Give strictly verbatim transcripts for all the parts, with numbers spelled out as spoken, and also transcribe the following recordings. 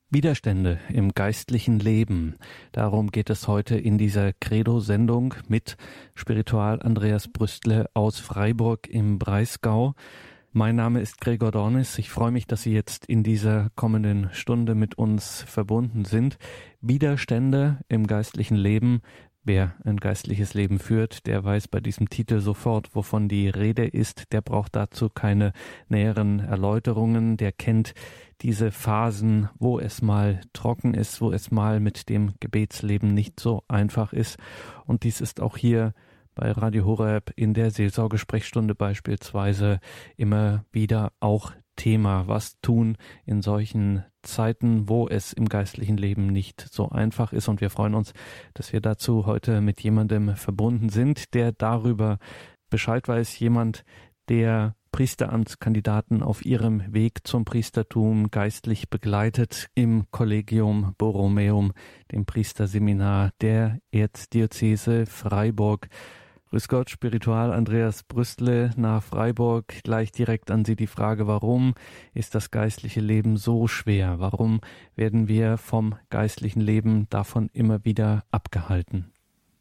Widerstände im geistlichen Leben. Darum geht es heute in dieser Credo-Sendung mit Spiritual Andreas Brüstle aus Freiburg im Breisgau. Mein Name ist Gregor Dornis. Ich freue mich, dass Sie jetzt in dieser kommenden Stunde mit uns verbunden sind. Widerstände im geistlichen Leben. Wer ein geistliches Leben führt, der weiß bei diesem Titel sofort, wovon die Rede ist. Der braucht dazu keine näheren Erläuterungen. Der kennt diese Phasen, wo es mal trocken ist, wo es mal mit dem Gebetsleben nicht so einfach ist. Und dies ist auch hier bei Radio Horeb in der Seelsorgesprechstunde beispielsweise immer wieder auch Thema. Was tun in solchen Zeiten, wo es im geistlichen Leben nicht so einfach ist? Und wir freuen uns, dass wir dazu heute mit jemandem verbunden sind, der darüber Bescheid weiß. Jemand, der Priesteramtskandidaten auf ihrem Weg zum Priestertum geistlich begleitet im Collegium Borromeum, dem Priesterseminar der Erzdiözese Freiburg. Grüß Gott, Spiritual Andreas Brüstle nach Freiburg. Gleich direkt an Sie die Frage, warum ist das geistliche Leben so schwer? Warum werden wir vom geistlichen Leben davon immer wieder abgehalten?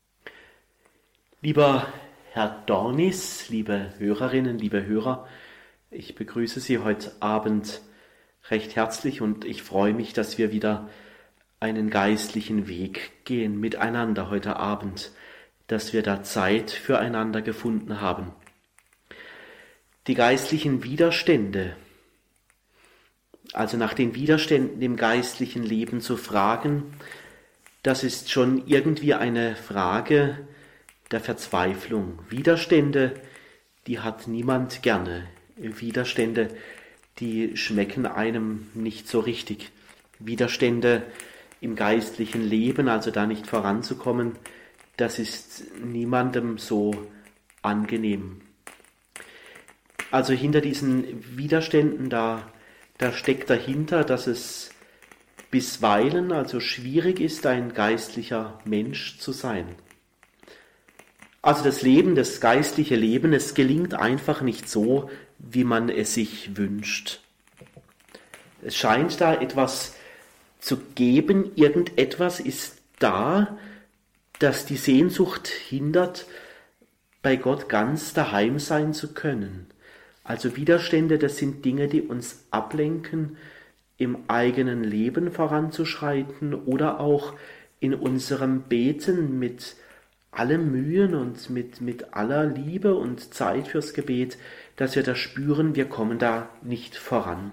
Lieber Herr Dornis, liebe Hörerinnen, liebe Hörer, ich begrüße Sie heute Abend recht herzlich und ich freue mich, dass wir wieder einen geistlichen Weg gehen miteinander heute Abend, dass wir da Zeit füreinander gefunden haben. Die geistlichen Widerstände, also nach den Widerständen im geistlichen Leben zu fragen, das ist schon irgendwie eine Frage der Verzweiflung. Widerstände, die hat niemand gerne. Widerstände, die schmecken einem nicht so richtig. Widerstände im geistlichen Leben, also da nicht voranzukommen, das ist niemandem so angenehm. Also hinter diesen Widerständen, da, da steckt dahinter, dass es bisweilen also schwierig ist, ein geistlicher Mensch zu sein. Also das Leben, das geistliche Leben, es gelingt einfach nicht so, wie man es sich wünscht. Es scheint da etwas zu geben, irgendetwas ist da, das die Sehnsucht hindert, bei Gott ganz daheim sein zu können. Also Widerstände, das sind Dinge, die uns ablenken, im eigenen Leben voranzuschreiten oder auch in unserem Beten mit allem Mühen und mit, mit aller Liebe und Zeit fürs Gebet, dass wir da spüren, wir kommen da nicht voran.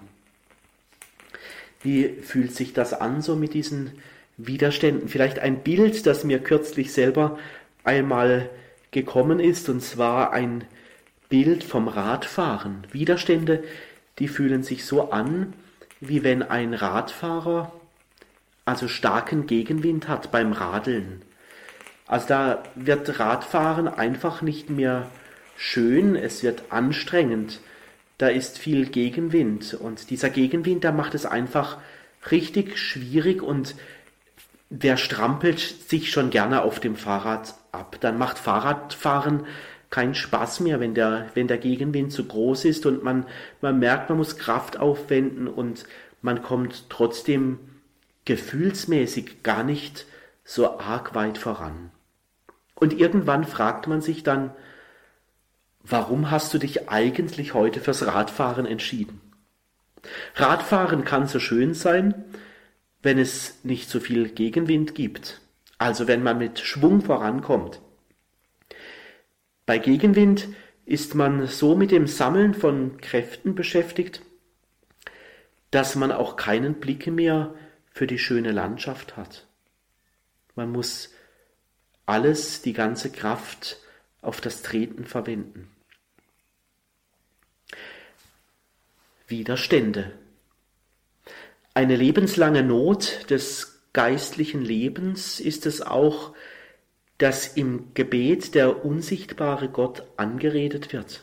Wie fühlt sich das an, so mit diesen Widerständen? Vielleicht ein Bild, das mir kürzlich selber einmal gekommen ist, und zwar ein Bild vom Radfahren. Widerstände, die fühlen sich so an, wie wenn ein Radfahrer also starken Gegenwind hat beim Radeln. Also da wird Radfahren einfach nicht mehr schön, es wird anstrengend, da ist viel Gegenwind und dieser Gegenwind, der macht es einfach richtig schwierig und wer strampelt sich schon gerne auf dem Fahrrad ab? Dann macht Fahrradfahren keinen Spaß mehr, wenn der, wenn der Gegenwind zu groß ist und man, man merkt, man muss Kraft aufwenden und man kommt trotzdem gefühlsmäßig gar nicht so arg weit voran. Und irgendwann fragt man sich dann, warum hast du dich eigentlich heute fürs Radfahren entschieden? Radfahren kann so schön sein, wenn es nicht so viel Gegenwind gibt, also wenn man mit Schwung vorankommt. Bei Gegenwind ist man so mit dem Sammeln von Kräften beschäftigt, dass man auch keinen Blick mehr für die schöne Landschaft hat. Man muss alles, die ganze Kraft auf das Treten verwenden. Widerstände. Eine lebenslange Not des geistlichen Lebens ist es auch, dass im Gebet der unsichtbare Gott angeredet wird.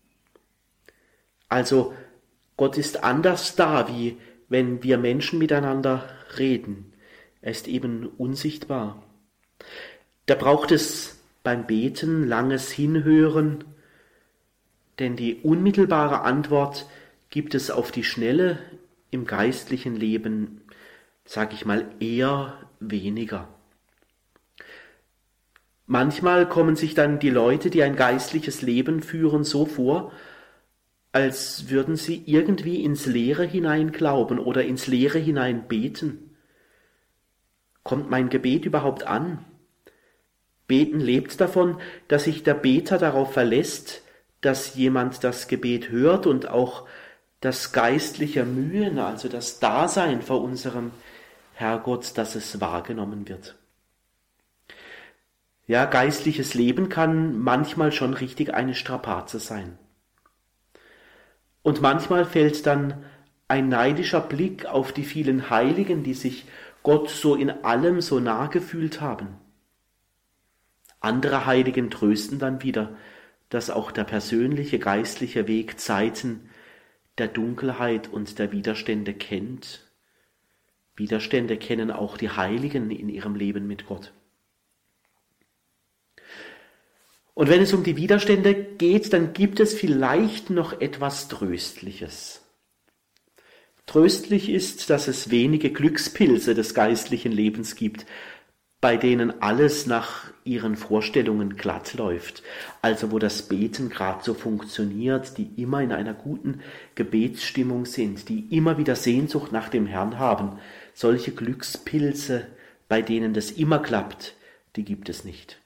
Also Gott ist anders da, wie wenn wir Menschen miteinander reden. Er ist eben unsichtbar. Da braucht es beim Beten langes Hinhören, denn die unmittelbare Antwort gibt es auf die Schnelle im geistlichen Leben sage ich mal, eher weniger. Manchmal kommen sich dann die Leute, die ein geistliches Leben führen, so vor, als würden sie irgendwie ins Leere hinein glauben oder ins Leere hinein beten. Kommt mein Gebet überhaupt an? Beten lebt davon, dass sich der Beter darauf verlässt, dass jemand das Gebet hört und auch das geistliche Mühen, also das Dasein vor unserem Herrgott, dass es wahrgenommen wird. Ja, geistliches Leben kann manchmal schon richtig eine Strapaze sein. Und manchmal fällt dann ein neidischer Blick auf die vielen Heiligen, die sich Gott so in allem so nah gefühlt haben. Andere Heiligen trösten dann wieder, dass auch der persönliche geistliche Weg Zeiten der Dunkelheit und der Widerstände kennt. Widerstände kennen auch die Heiligen in ihrem Leben mit Gott. Und wenn es um die Widerstände geht, dann gibt es vielleicht noch etwas Tröstliches. Tröstlich ist, dass es wenige Glückspilze des geistlichen Lebens gibt, bei denen alles nach ihren Vorstellungen glatt läuft, also wo das Beten gerade so funktioniert, die immer in einer guten Gebetsstimmung sind, die immer wieder Sehnsucht nach dem Herrn haben. Solche Glückspilze, bei denen das immer klappt, die gibt es nicht.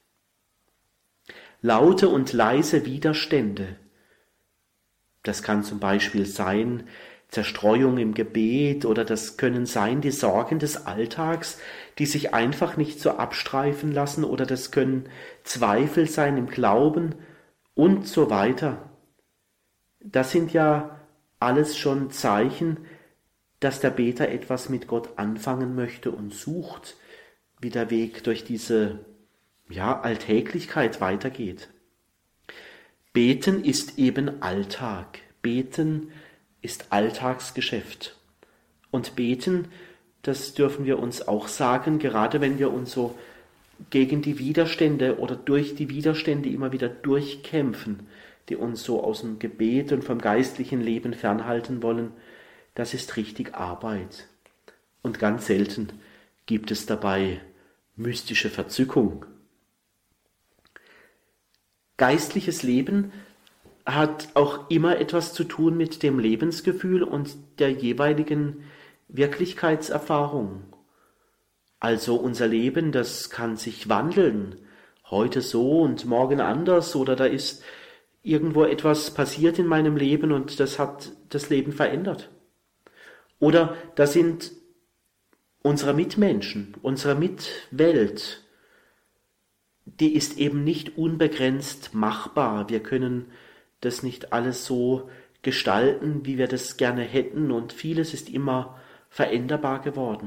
Laute und leise Widerstände, das kann zum Beispiel sein Zerstreuung im Gebet oder das können sein die Sorgen des Alltags, die sich einfach nicht so abstreifen lassen oder das können Zweifel sein im Glauben und so weiter. Das sind ja alles schon Zeichen, dass der Beter etwas mit Gott anfangen möchte und sucht, wie der Weg durch diese ja, Alltäglichkeit weitergeht. Beten ist eben Alltag. Beten ist Alltagsgeschäft. Und beten, das dürfen wir uns auch sagen, gerade wenn wir uns so gegen die Widerstände oder durch die Widerstände immer wieder durchkämpfen, die uns so aus dem Gebet und vom geistlichen Leben fernhalten wollen, das ist richtig Arbeit. Und ganz selten gibt es dabei mystische Verzückung. Geistliches Leben hat auch immer etwas zu tun mit dem Lebensgefühl und der jeweiligen Wirklichkeitserfahrung. Also unser Leben, das kann sich wandeln, heute so und morgen anders, oder da ist irgendwo etwas passiert in meinem Leben und das hat das Leben verändert. Oder da sind unsere Mitmenschen, unsere Mitwelt, die ist eben nicht unbegrenzt machbar. Wir können das nicht alles so gestalten, wie wir das gerne hätten, und vieles ist immer veränderbar geworden.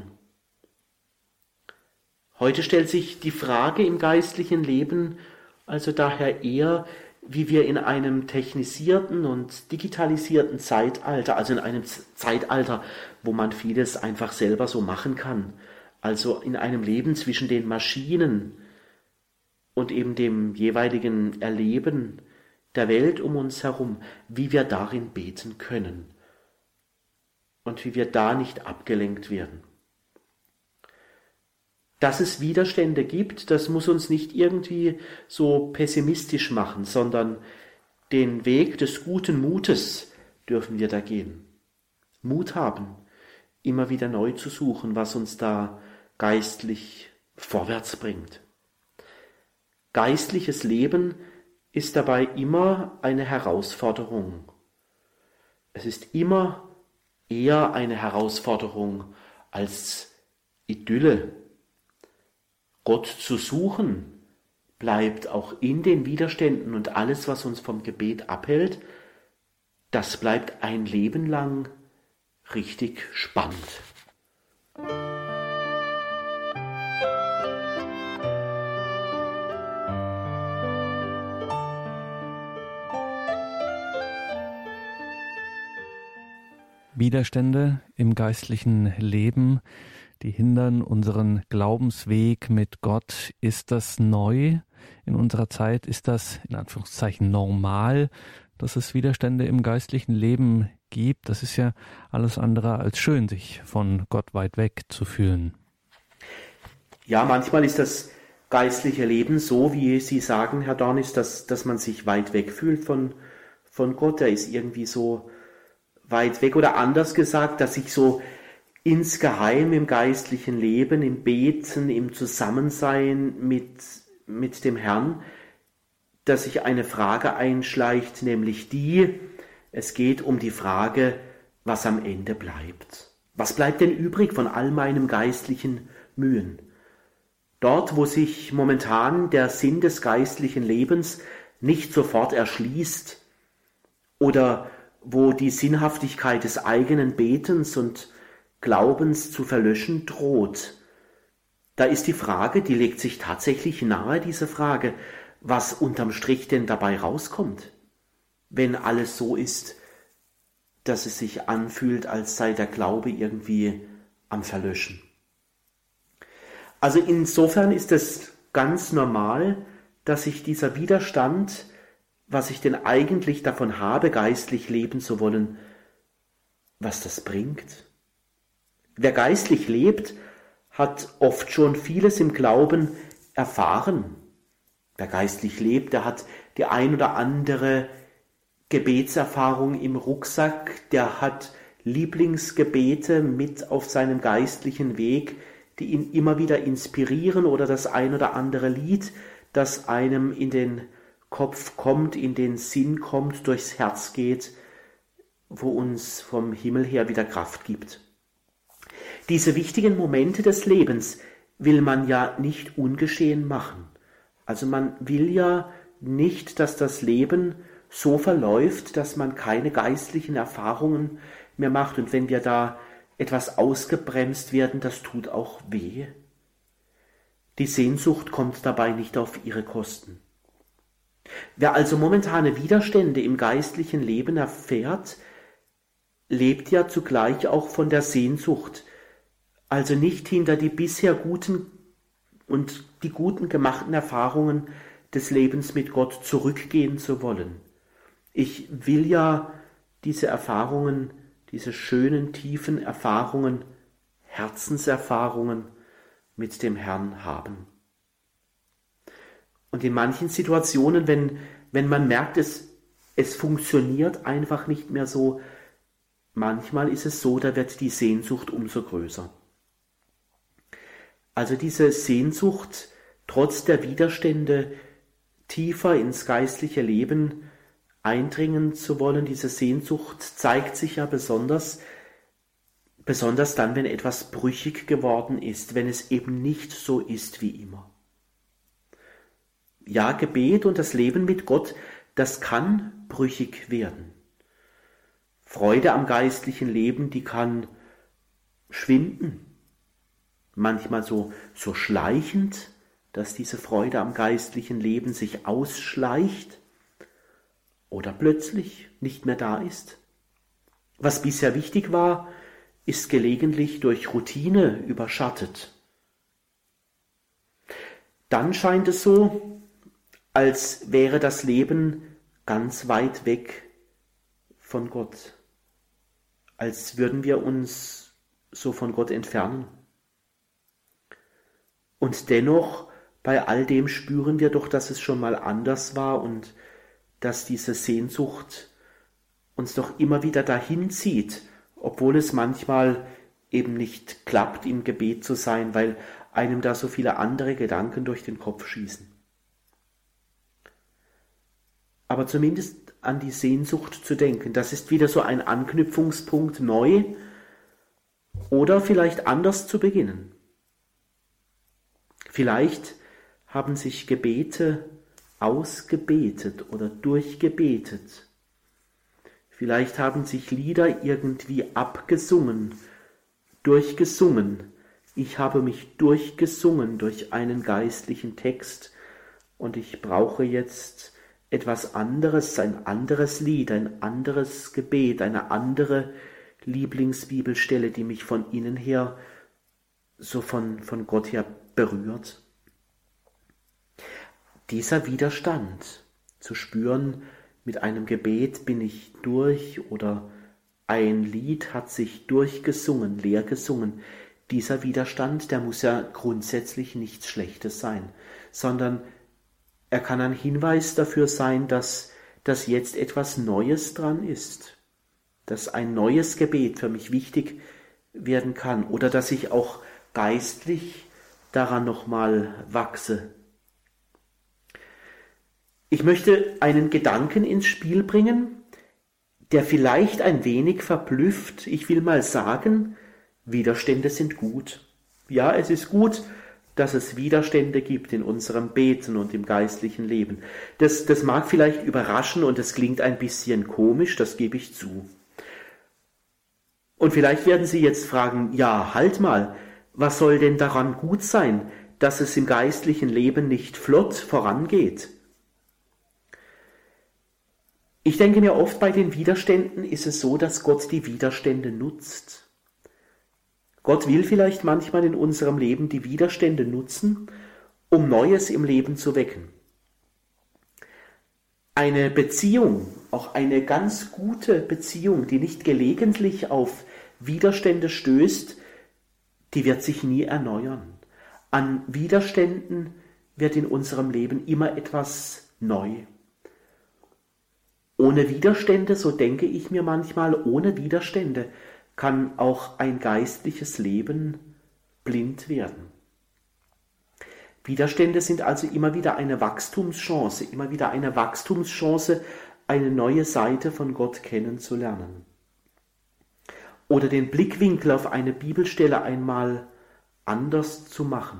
Heute stellt sich die Frage im geistlichen Leben also daher eher, wie wir in einem technisierten und digitalisierten Zeitalter, also in einem Zeitalter, wo man vieles einfach selber so machen kann, also in einem Leben zwischen den Maschinen und eben dem jeweiligen Erleben der Welt um uns herum, wie wir darin beten können und wie wir da nicht abgelenkt werden. Dass es Widerstände gibt, das muss uns nicht irgendwie so pessimistisch machen, sondern den Weg des guten Mutes dürfen wir da gehen. Mut haben, immer wieder neu zu suchen, was uns da geistlich vorwärts bringt. Geistliches Leben ist dabei immer eine Herausforderung. Es ist immer eher eine Herausforderung als Idylle. Gott zu suchen bleibt auch in den Widerständen und alles, was uns vom Gebet abhält, das bleibt ein Leben lang richtig spannend. Widerstände im geistlichen Leben, die hindern unseren Glaubensweg mit Gott. Ist das neu in unserer Zeit? Ist das in Anführungszeichen normal, dass es Widerstände im geistlichen Leben gibt. Das ist ja alles andere als schön, sich von Gott weit weg zu fühlen. Ja, manchmal ist das geistliche Leben so, wie Sie sagen, Herr Dornis, dass, dass man sich weit weg fühlt von, von Gott. Er ist irgendwie so weit weg, oder anders gesagt, dass ich so insgeheim im geistlichen Leben, im Beten, im Zusammensein mit, mit dem Herrn, dass sich eine Frage einschleicht, nämlich die, es geht um die Frage, was am Ende bleibt. Was bleibt denn übrig von all meinem geistlichen Mühen? Dort, wo sich momentan der Sinn des geistlichen Lebens nicht sofort erschließt oder wo die Sinnhaftigkeit des eigenen Betens und Glaubens zu verlöschen droht, da ist die Frage, die legt sich tatsächlich nahe, diese Frage, was unterm Strich denn dabei rauskommt, wenn alles so ist, dass es sich anfühlt, als sei der Glaube irgendwie am Verlöschen. Also insofern ist es ganz normal, dass sich dieser Widerstand, was ich denn eigentlich davon habe, geistlich leben zu wollen, was das bringt. Wer geistlich lebt, hat oft schon vieles im Glauben erfahren. Wer geistlich lebt, der hat die ein oder andere Gebetserfahrung im Rucksack, der hat Lieblingsgebete mit auf seinem geistlichen Weg, die ihn immer wieder inspirieren, oder das ein oder andere Lied, das einem in den Kopf kommt, in den Sinn kommt, durchs Herz geht, wo uns vom Himmel her wieder Kraft gibt. Diese wichtigen Momente des Lebens will man ja nicht ungeschehen machen. Also man will ja nicht, dass das Leben so verläuft, dass man keine geistlichen Erfahrungen mehr macht. Und wenn wir da etwas ausgebremst werden, das tut auch weh. Die Sehnsucht kommt dabei nicht auf ihre Kosten. Wer also momentane Widerstände im geistlichen Leben erfährt, lebt ja zugleich auch von der Sehnsucht, also nicht hinter die bisher guten und die guten gemachten Erfahrungen des Lebens mit Gott zurückgehen zu wollen. Ich will ja diese Erfahrungen, diese schönen, tiefen Erfahrungen, Herzenserfahrungen mit dem Herrn haben. Und in manchen Situationen, wenn, wenn man merkt, es, es funktioniert einfach nicht mehr so, manchmal ist es so, da wird die Sehnsucht umso größer. Also diese Sehnsucht, trotz der Widerstände tiefer ins geistliche Leben eindringen zu wollen, diese Sehnsucht zeigt sich ja besonders, besonders dann, wenn etwas brüchig geworden ist, wenn es eben nicht so ist wie immer. Ja, Gebet und das Leben mit Gott, das kann brüchig werden. Freude am geistlichen Leben, die kann schwinden. Manchmal so, so schleichend, dass diese Freude am geistlichen Leben sich ausschleicht oder plötzlich nicht mehr da ist. Was bisher wichtig war, ist gelegentlich durch Routine überschattet. Dann scheint es so, als wäre das Leben ganz weit weg von Gott, als würden wir uns so von Gott entfernen. Und dennoch, bei all dem spüren wir doch, dass es schon mal anders war und dass diese Sehnsucht uns doch immer wieder dahin zieht, obwohl es manchmal eben nicht klappt, im Gebet zu sein, weil einem da so viele andere Gedanken durch den Kopf schießen. Aber zumindest an die Sehnsucht zu denken, das ist wieder so ein Anknüpfungspunkt, neu oder vielleicht anders zu beginnen. Vielleicht haben sich Gebete ausgebetet oder durchgebetet. Vielleicht haben sich Lieder irgendwie abgesungen, durchgesungen. Ich habe mich durchgesungen durch einen geistlichen Text und ich brauche jetzt etwas anderes, ein anderes Lied, ein anderes Gebet, eine andere Lieblingsbibelstelle, die mich von innen her, so von, von Gott her berührt. Dieser Widerstand zu spüren, mit einem Gebet bin ich durch oder ein Lied hat sich durchgesungen, leer gesungen. Dieser Widerstand, der muss ja grundsätzlich nichts Schlechtes sein, sondern er kann ein Hinweis dafür sein, dass, dass jetzt etwas Neues dran ist, dass ein neues Gebet für mich wichtig werden kann oder dass ich auch geistlich daran nochmal wachse. Ich möchte einen Gedanken ins Spiel bringen, der vielleicht ein wenig verblüfft. Ich will mal sagen, Widerstände sind gut. Ja, es ist gut, dass es Widerstände gibt in unserem Beten und im geistlichen Leben. Das, das mag vielleicht überraschen und es klingt ein bisschen komisch, das gebe ich zu. Und vielleicht werden Sie jetzt fragen, ja, halt mal, was soll denn daran gut sein, dass es im geistlichen Leben nicht flott vorangeht? Ich denke mir oft, bei den Widerständen ist es so, dass Gott die Widerstände nutzt. Gott will vielleicht manchmal in unserem Leben die Widerstände nutzen, um Neues im Leben zu wecken. Eine Beziehung, auch eine ganz gute Beziehung, die nicht gelegentlich auf Widerstände stößt, die wird sich nie erneuern. An Widerständen wird in unserem Leben immer etwas neu. Ohne Widerstände, so denke ich mir manchmal, ohne Widerstände kann auch ein geistliches Leben blind werden. Widerstände sind also immer wieder eine Wachstumschance, immer wieder eine Wachstumschance, eine neue Seite von Gott kennenzulernen. Oder den Blickwinkel auf eine Bibelstelle einmal anders zu machen.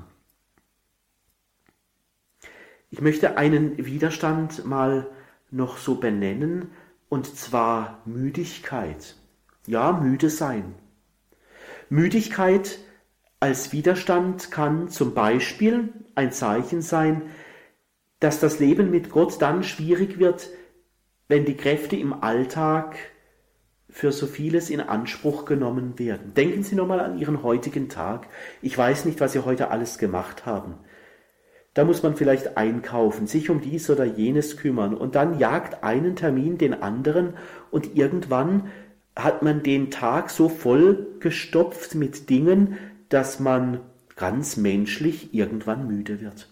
Ich möchte einen Widerstand mal noch so benennen, und zwar Müdigkeit. Ja, müde sein. Müdigkeit als Widerstand kann zum Beispiel ein Zeichen sein, dass das Leben mit Gott dann schwierig wird, wenn die Kräfte im Alltag für so vieles in Anspruch genommen werden. Denken Sie nochmal an Ihren heutigen Tag. Ich weiß nicht, was Sie heute alles gemacht haben. Da muss man vielleicht einkaufen, sich um dies oder jenes kümmern und dann jagt einen Termin den anderen und irgendwann hat man den Tag so voll gestopft mit Dingen, dass man ganz menschlich irgendwann müde wird.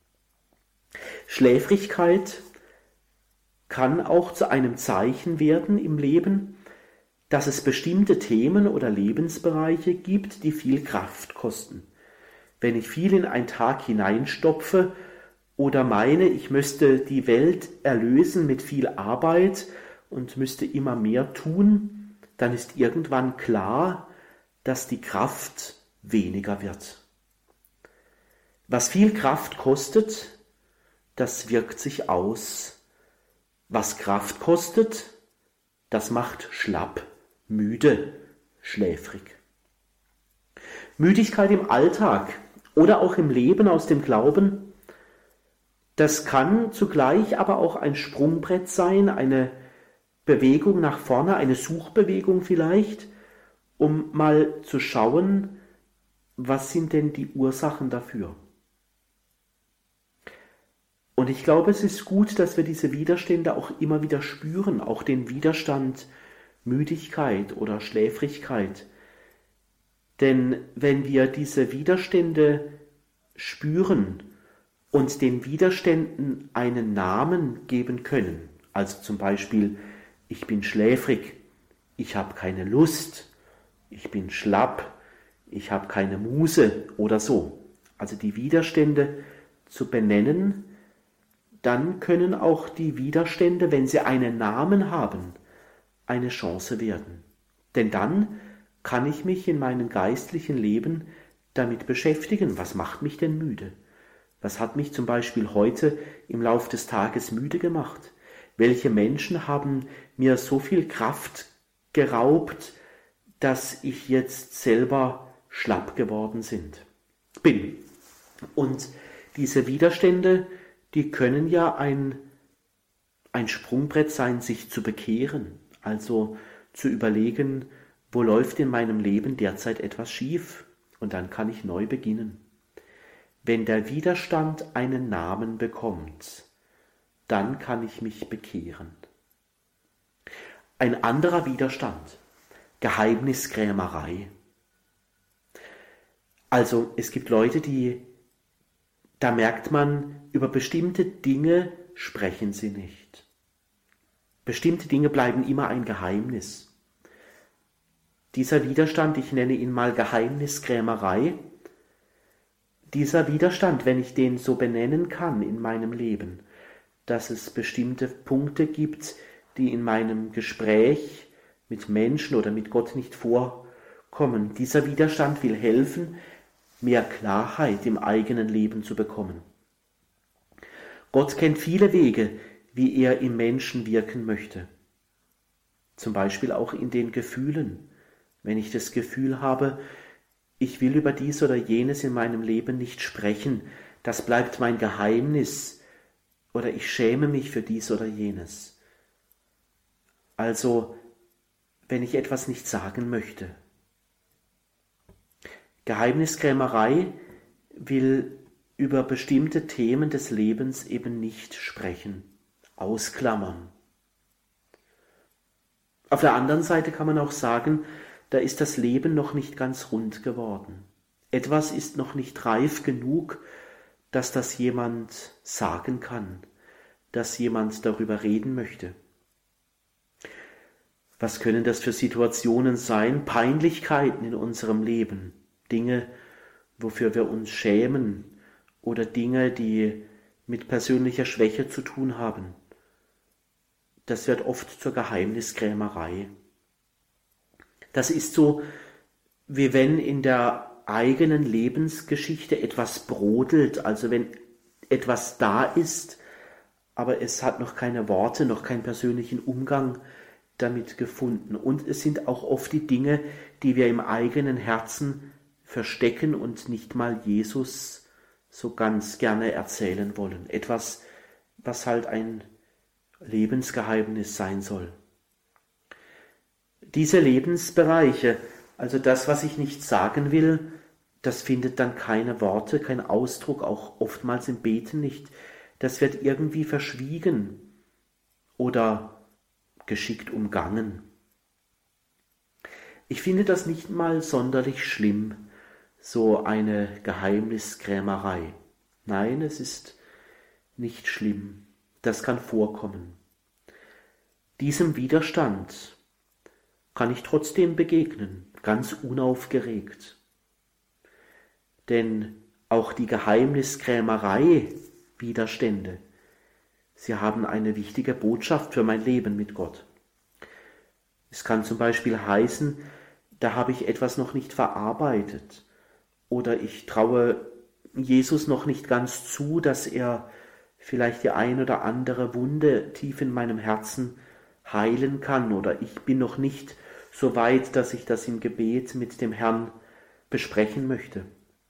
Schläfrigkeit kann auch zu einem Zeichen werden im Leben, dass es bestimmte Themen oder Lebensbereiche gibt, die viel Kraft kosten. Wenn ich viel in einen Tag hineinstopfe oder meine, ich müsste die Welt erlösen mit viel Arbeit und müsste immer mehr tun, dann ist irgendwann klar, dass die Kraft weniger wird. Was viel Kraft kostet, das wirkt sich aus. Was Kraft kostet, das macht schlapp, müde, schläfrig. Müdigkeit im Alltag oder auch im Leben aus dem Glauben, das kann zugleich aber auch ein Sprungbrett sein, eine Bewegung nach vorne, eine Suchbewegung vielleicht, um mal zu schauen, was sind denn die Ursachen dafür? Und ich glaube, es ist gut, dass wir diese Widerstände auch immer wieder spüren, auch den Widerstand Müdigkeit oder Schläfrigkeit. Denn wenn wir diese Widerstände spüren und den Widerständen einen Namen geben können, also zum Beispiel, ich bin schläfrig, ich habe keine Lust, ich bin schlapp, ich habe keine Muße oder so, also die Widerstände zu benennen, dann können auch die Widerstände, wenn sie einen Namen haben, eine Chance werden. Denn dann kann ich mich in meinem geistlichen Leben damit beschäftigen. Was macht mich denn müde? Was hat mich zum Beispiel heute im Lauf des Tages müde gemacht? Welche Menschen haben mir so viel Kraft geraubt, dass ich jetzt selber schlapp geworden sind, bin? Und diese Widerstände, die können ja ein, ein Sprungbrett sein, sich zu bekehren, also zu überlegen, wo läuft in meinem Leben derzeit etwas schief? Und dann kann ich neu beginnen. Wenn der Widerstand einen Namen bekommt, dann kann ich mich bekehren. Ein anderer Widerstand, Geheimniskrämerei. Also es gibt Leute, die, da merkt man, über bestimmte Dinge sprechen sie nicht. Bestimmte Dinge bleiben immer ein Geheimnis. Dieser Widerstand, ich nenne ihn mal Geheimniskrämerei, dieser Widerstand, wenn ich den so benennen kann in meinem Leben, dass es bestimmte Punkte gibt, die in meinem Gespräch mit Menschen oder mit Gott nicht vorkommen. Dieser Widerstand will helfen, mehr Klarheit im eigenen Leben zu bekommen. Gott kennt viele Wege, wie er im Menschen wirken möchte. Zum Beispiel auch in den Gefühlen. Wenn ich das Gefühl habe, ich will über dies oder jenes in meinem Leben nicht sprechen, das bleibt mein Geheimnis, oder ich schäme mich für dies oder jenes. Also, wenn ich etwas nicht sagen möchte. Geheimniskrämerei will über bestimmte Themen des Lebens eben nicht sprechen, ausklammern. Auf der anderen Seite kann man auch sagen, da ist das Leben noch nicht ganz rund geworden. Etwas ist noch nicht reif genug, dass das jemand sagen kann, dass jemand darüber reden möchte. Was können das für Situationen sein? Peinlichkeiten in unserem Leben, Dinge, wofür wir uns schämen oder Dinge, die mit persönlicher Schwäche zu tun haben. Das wird oft zur Geheimniskrämerei. Das ist so, wie wenn in der eigenen Lebensgeschichte etwas brodelt, also wenn etwas da ist, aber es hat noch keine Worte, noch keinen persönlichen Umgang damit gefunden. Und es sind auch oft die Dinge, die wir im eigenen Herzen verstecken und nicht mal Jesus so ganz gerne erzählen wollen. Etwas, was halt ein Lebensgeheimnis sein soll. Diese Lebensbereiche, also das, was ich nicht sagen will, das findet dann keine Worte, kein Ausdruck, auch oftmals im Beten nicht. Das wird irgendwie verschwiegen oder geschickt umgangen. Ich finde das nicht mal sonderlich schlimm, so eine Geheimniskrämerei. Nein, es ist nicht schlimm. Das kann vorkommen. Diesem Widerstand kann ich trotzdem begegnen, ganz unaufgeregt. Denn auch die Geheimniskrämerei-Widerstände, sie haben eine wichtige Botschaft für mein Leben mit Gott. Es kann zum Beispiel heißen, da habe ich etwas noch nicht verarbeitet oder ich traue Jesus noch nicht ganz zu, dass er vielleicht die ein oder andere Wunde tief in meinem Herzen heilen kann oder ich bin noch nicht so weit, dass ich das im Gebet mit dem Herrn besprechen möchte.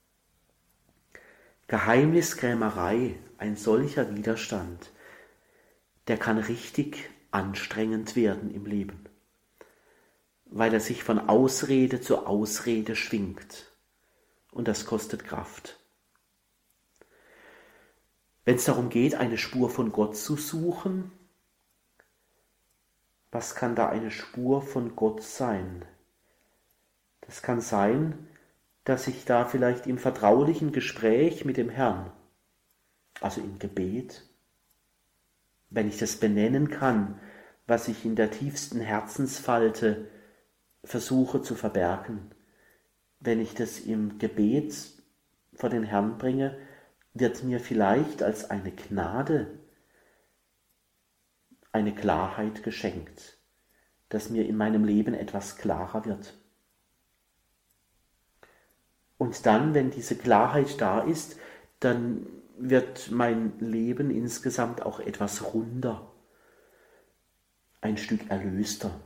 Geheimniskrämerei, ein solcher Widerstand, der kann richtig anstrengend werden im Leben, weil er sich von Ausrede zu Ausrede schwingt und das kostet Kraft. Wenn es darum geht, eine Spur von Gott zu suchen, was kann da eine Spur von Gott sein? Das kann sein, dass ich da vielleicht im vertraulichen Gespräch mit dem Herrn, also im Gebet, wenn ich das benennen kann, was ich in der tiefsten Herzensfalte versuche zu verbergen, wenn ich das im Gebet vor den Herrn bringe, wird mir vielleicht als eine Gnade eine Klarheit geschenkt, dass mir in meinem Leben etwas klarer wird. Und dann, wenn diese Klarheit da ist, dann wird mein Leben insgesamt auch etwas runder, ein Stück erlöster.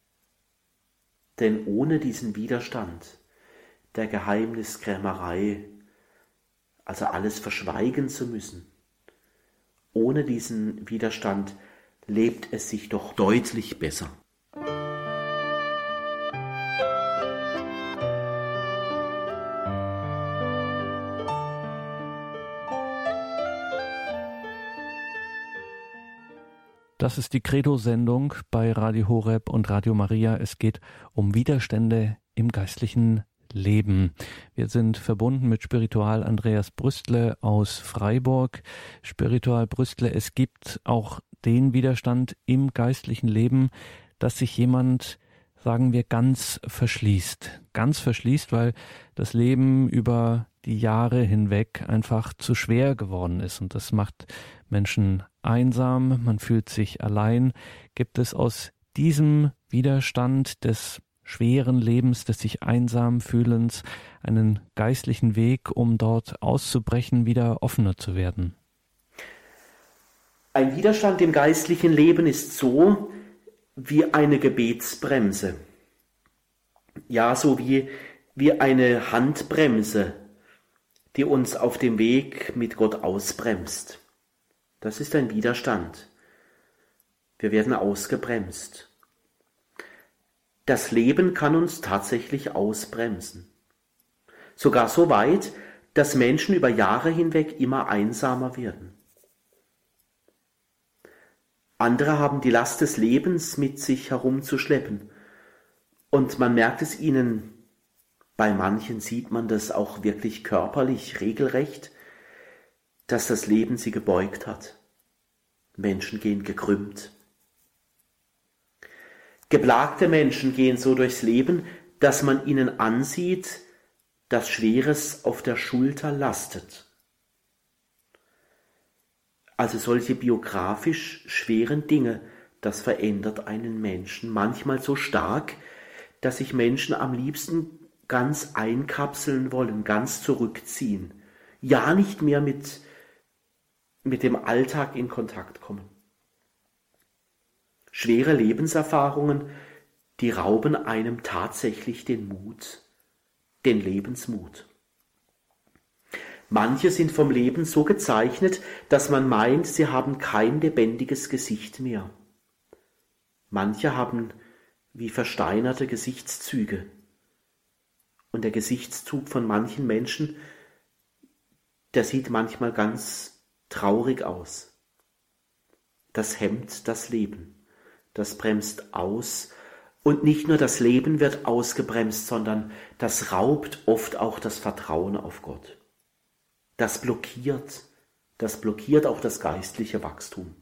Denn ohne diesen Widerstand der Geheimniskrämerei, also alles verschweigen zu müssen, ohne diesen Widerstand lebt es sich doch deutlich besser. Das ist die Credo-Sendung bei Radio Horeb und Radio Maria. Es geht um Widerstände im geistlichen Leben. Wir sind verbunden mit Spiritual Andreas Brüstle aus Freiburg. Spiritual Brüstle, es gibt auch den Widerstand im geistlichen Leben, dass sich jemand, sagen wir, ganz verschließt. Ganz verschließt, weil das Leben über die Jahre hinweg einfach zu schwer geworden ist. Und das macht Menschen einsam, man fühlt sich allein. Gibt es aus diesem Widerstand des schweren Lebens, des sich einsam fühlens, einen geistlichen Weg, um dort auszubrechen, wieder offener zu werden? Ein Widerstand im geistlichen Leben ist so wie eine Gebetsbremse. Ja, so wie, wie eine Handbremse, die uns auf dem Weg mit Gott ausbremst. Das ist ein Widerstand. Wir werden ausgebremst. Das Leben kann uns tatsächlich ausbremsen. Sogar so weit, dass Menschen über Jahre hinweg immer einsamer werden. Andere haben die Last des Lebens mit sich herumzuschleppen. Und man merkt es ihnen, bei manchen sieht man das auch wirklich körperlich, regelrecht, dass das Leben sie gebeugt hat. Menschen gehen gekrümmt. Geplagte Menschen gehen so durchs Leben, dass man ihnen ansieht, dass Schweres auf der Schulter lastet. Also solche biografisch schweren Dinge, das verändert einen Menschen manchmal so stark, dass sich Menschen am liebsten ganz einkapseln wollen, ganz zurückziehen, ja nicht mehr mit, mit dem Alltag in Kontakt kommen. Schwere Lebenserfahrungen, die rauben einem tatsächlich den Mut, den Lebensmut. Manche sind vom Leben so gezeichnet, dass man meint, sie haben kein lebendiges Gesicht mehr. Manche haben wie versteinerte Gesichtszüge. Und der Gesichtszug von manchen Menschen, der sieht manchmal ganz traurig aus. Das hemmt das Leben, das bremst aus. Und nicht nur das Leben wird ausgebremst, sondern das raubt oft auch das Vertrauen auf Gott. Das blockiert, das blockiert auch das geistliche Wachstum.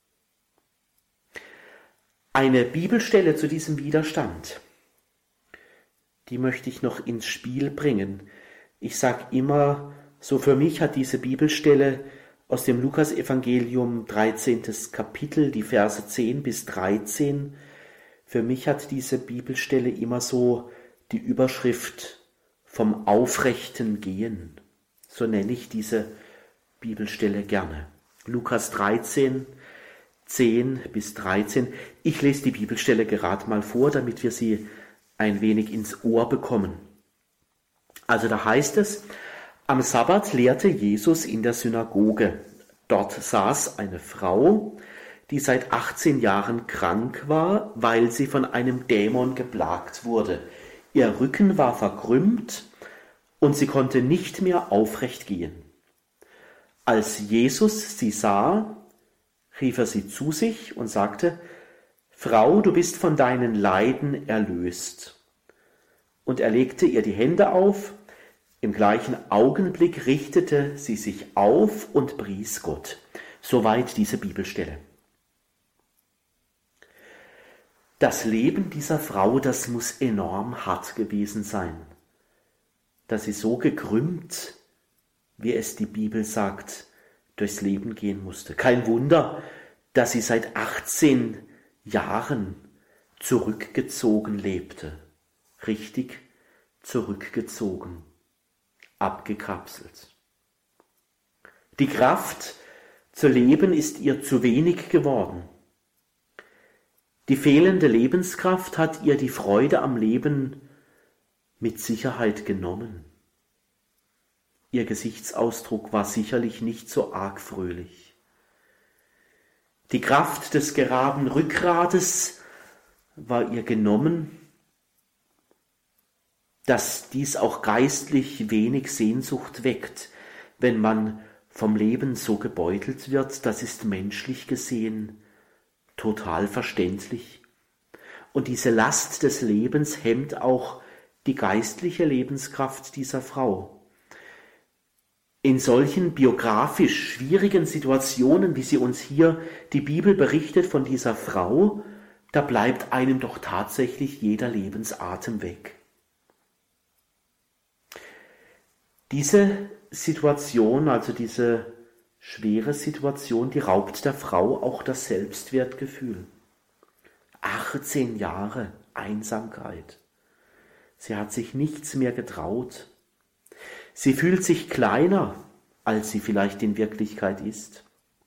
Eine Bibelstelle zu diesem Widerstand, die möchte ich noch ins Spiel bringen. Ich sage immer, so für mich hat diese Bibelstelle aus dem Lukas-Evangelium, dreizehntes Kapitel, die Verse zehn bis dreizehn, für mich hat diese Bibelstelle immer so die Überschrift vom aufrechten Gehen. So nenne ich diese Bibelstelle gerne. Lukas dreizehn, zehn bis dreizehn. Ich lese die Bibelstelle gerade mal vor, damit wir sie ein wenig ins Ohr bekommen. Also da heißt es, am Sabbat lehrte Jesus in der Synagoge. Dort saß eine Frau, die seit achtzehn Jahren krank war, weil sie von einem Dämon geplagt wurde. Ihr Rücken war verkrümmt und sie konnte nicht mehr aufrecht gehen. Als Jesus sie sah, rief er sie zu sich und sagte, Frau, du bist von deinen Leiden erlöst. Und er legte ihr die Hände auf. Im gleichen Augenblick richtete sie sich auf und pries Gott. Soweit diese Bibelstelle. Das Leben dieser Frau, das muss enorm hart gewesen sein, dass sie so gekrümmt, wie es die Bibel sagt, durchs Leben gehen musste. Kein Wunder, dass sie seit achtzehn Jahren zurückgezogen lebte, richtig zurückgezogen, abgekapselt. Die Kraft zu leben ist ihr zu wenig geworden. Die fehlende Lebenskraft hat ihr die Freude am Leben mit Sicherheit genommen. Ihr Gesichtsausdruck war sicherlich nicht so arg fröhlich. Die Kraft des geraden Rückgrates war ihr genommen, dass dies auch geistlich wenig Sehnsucht weckt, wenn man vom Leben so gebeutelt wird. Das ist menschlich gesehen total verständlich. Und diese Last des Lebens hemmt auch die geistliche Lebenskraft dieser Frau. In solchen biografisch schwierigen Situationen, wie sie uns hier die Bibel berichtet von dieser Frau, da bleibt einem doch tatsächlich jeder Lebensatem weg. Diese Situation, also diese schwere Situation, die raubt der Frau auch das Selbstwertgefühl. achtzehn Jahre Einsamkeit. Sie hat sich nichts mehr getraut. Sie fühlt sich kleiner, als sie vielleicht in Wirklichkeit ist.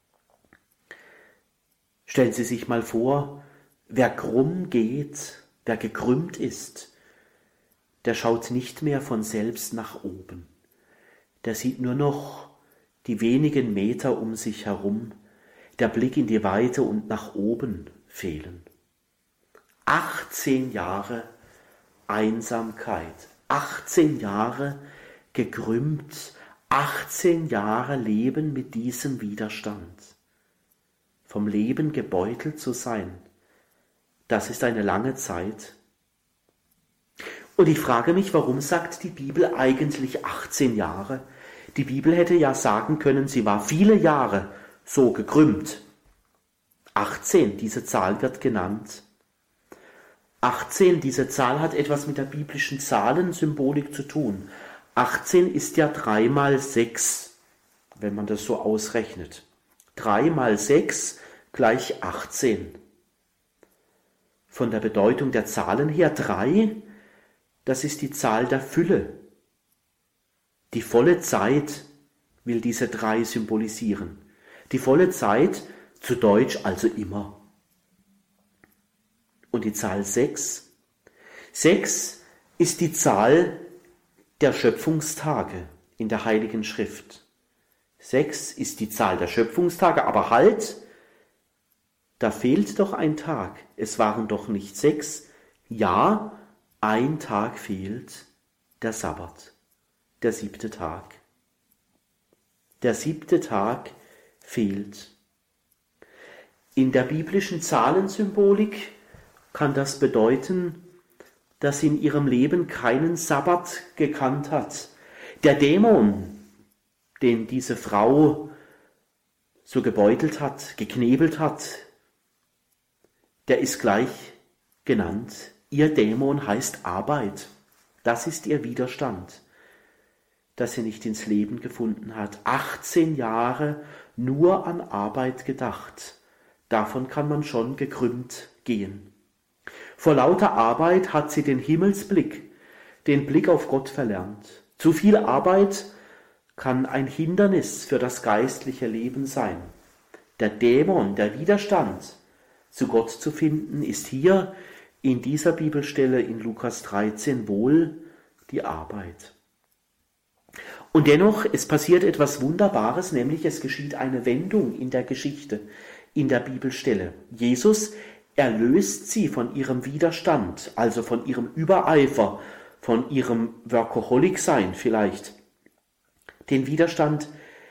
Stellen Sie sich mal vor, wer krumm geht, wer gekrümmt ist, der schaut nicht mehr von selbst nach oben. Der sieht nur noch die wenigen Meter um sich herum, der Blick in die Weite und nach oben fehlen. achtzehn Jahre Einsamkeit, achtzehn Jahre gekrümmt, achtzehn Jahre Leben mit diesem Widerstand. Vom Leben gebeutelt zu sein, das ist eine lange Zeit. Und ich frage mich, warum sagt die Bibel eigentlich achtzehn Jahre? Die Bibel hätte ja sagen können, sie war viele Jahre so gekrümmt. achtzehn, diese Zahl wird genannt. achtzehn, diese Zahl hat etwas mit der biblischen Zahlensymbolik zu tun. achtzehn ist ja drei mal sechs, wenn man das so ausrechnet. drei mal sechs gleich achtzehn. Von der Bedeutung der Zahlen her drei, das ist die Zahl der Fülle. Die volle Zeit will diese drei symbolisieren. Die volle Zeit, zu Deutsch also immer. Und die Zahl sechs. sechs ist die Zahl der Schöpfungstage in der Heiligen Schrift. sechs ist die Zahl der Schöpfungstage, aber halt, da fehlt doch ein Tag. Es waren doch nicht sechs. Ja, ein Tag fehlt, der Sabbat, der siebte Tag. Der siebte Tag fehlt. In der biblischen Zahlensymbolik kann das bedeuten, dass sie in ihrem Leben keinen Sabbat gekannt hat. Der Dämon, den diese Frau so gebeutelt hat, geknebelt hat, der ist gleich genannt. Ihr Dämon heißt Arbeit. Das ist ihr Widerstand, dass sie nicht ins Leben gefunden hat. achtzehn Jahre nur an Arbeit gedacht. Davon kann man schon gekrümmt gehen. Vor lauter Arbeit hat sie den Himmelsblick, den Blick auf Gott verlernt. Zu viel Arbeit kann ein Hindernis für das geistliche Leben sein. Der Dämon, der Widerstand, zu Gott zu finden, ist hier in dieser Bibelstelle in Lukas dreizehn wohl die Arbeit. Und dennoch, es passiert etwas Wunderbares, nämlich es geschieht eine Wendung in der Geschichte, in der Bibelstelle. Jesus erlöst sie von ihrem Widerstand, also von ihrem Übereifer, von ihrem Workaholic-Sein vielleicht. Den Widerstand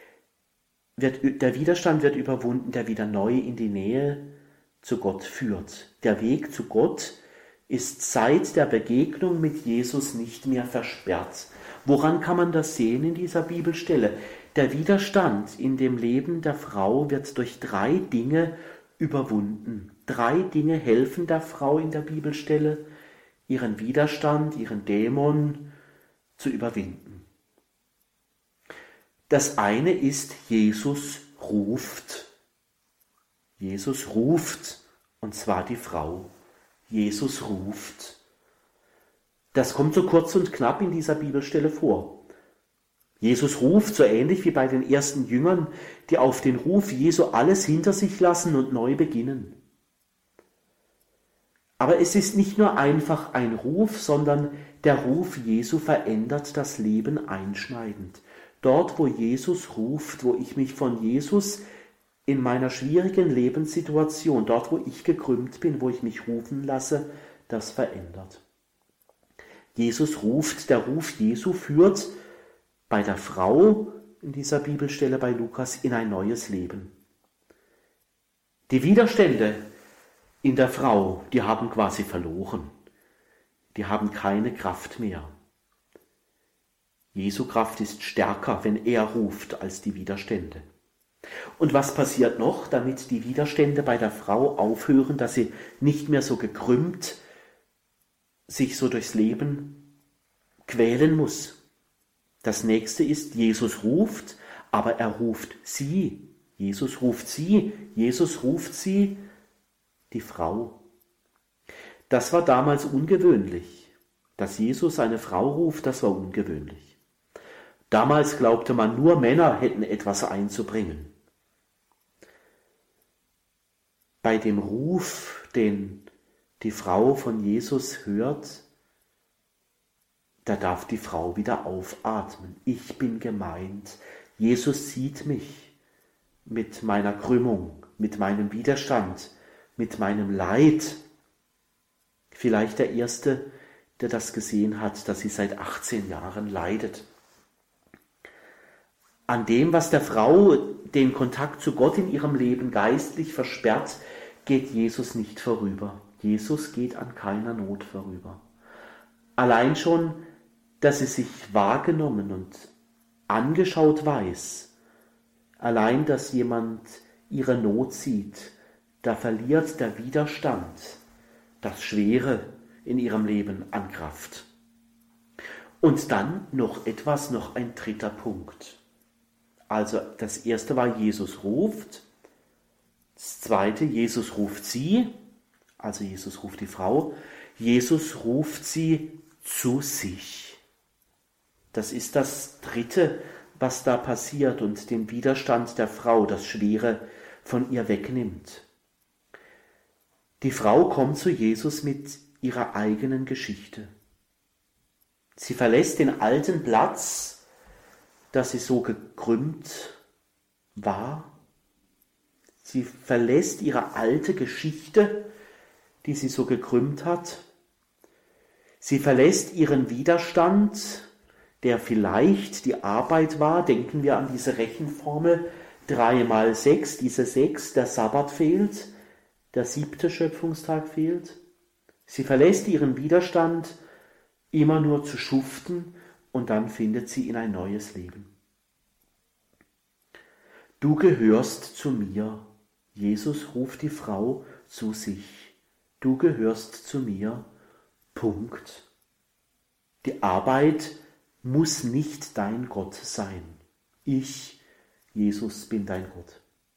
wird, der Widerstand wird überwunden, der wieder neu in die Nähe zu Gott führt. Der Weg zu Gott ist seit der Begegnung mit Jesus nicht mehr versperrt. Woran kann man das sehen in dieser Bibelstelle? Der Widerstand in dem Leben der Frau wird durch drei Dinge überwunden. Drei Dinge helfen der Frau in der Bibelstelle, ihren Widerstand, ihren Dämon zu überwinden. Das eine ist, Jesus ruft. Jesus ruft, und zwar die Frau. Jesus ruft. Das kommt so kurz und knapp in dieser Bibelstelle vor. Jesus ruft so ähnlich wie bei den ersten Jüngern, die auf den Ruf Jesu alles hinter sich lassen und neu beginnen. Aber es ist nicht nur einfach ein Ruf, sondern der Ruf Jesu verändert das Leben einschneidend. Dort, wo Jesus ruft, wo ich mich von Jesus in meiner schwierigen Lebenssituation, dort, wo ich gekrümmt bin, wo ich mich rufen lasse, das verändert. Jesus ruft, der Ruf Jesu führt bei der Frau in dieser Bibelstelle bei Lukas in ein neues Leben. Die Widerstände in der Frau, die haben quasi verloren. Die haben keine Kraft mehr. Jesu Kraft ist stärker, wenn er ruft, als die Widerstände. Und was passiert noch, damit die Widerstände bei der Frau aufhören, dass sie nicht mehr so gekrümmt sich so durchs Leben quälen muss? Das nächste ist, Jesus ruft, aber er ruft sie. Jesus ruft sie, Jesus ruft sie, die Frau. Das war damals ungewöhnlich. Dass Jesus eine Frau ruft, das war ungewöhnlich. Damals glaubte man, nur Männer hätten etwas einzubringen. Bei dem Ruf, den die Frau von Jesus hört, da darf die Frau wieder aufatmen. Ich bin gemeint. Jesus sieht mich mit meiner Krümmung, mit meinem Widerstand, mit meinem Leid. Vielleicht der Erste, der das gesehen hat, dass sie seit achtzehn Jahren leidet. An dem, was der Frau den Kontakt zu Gott in ihrem Leben geistlich versperrt, geht Jesus nicht vorüber. Jesus geht an keiner Not vorüber. Allein schon, dass sie sich wahrgenommen und angeschaut weiß, allein, dass jemand ihre Not sieht, da verliert der Widerstand, das Schwere in ihrem Leben an Kraft. Und dann noch etwas, noch ein dritter Punkt. Also das erste war, Jesus ruft. Das zweite, Jesus ruft sie, also Jesus ruft die Frau. Jesus ruft sie zu sich. Das ist das dritte, was da passiert und den Widerstand der Frau, das Schwere von ihr wegnimmt. Die Frau kommt zu Jesus mit ihrer eigenen Geschichte. Sie verlässt den alten Platz, dass sie so gekrümmt war. Sie verlässt ihre alte Geschichte, die sie so gekrümmt hat. Sie verlässt ihren Widerstand, der vielleicht die Arbeit war. Denken wir an diese Rechenformel, drei mal sechs, diese sechs, der Sabbat fehlt, der siebte Schöpfungstag fehlt. Sie verlässt ihren Widerstand, immer nur zu schuften, und dann findet sie in ein neues Leben. Du gehörst zu mir. Jesus ruft die Frau zu sich. Du gehörst zu mir. Punkt. Die Arbeit muss nicht dein Gott sein. Ich, Jesus, bin dein Gott.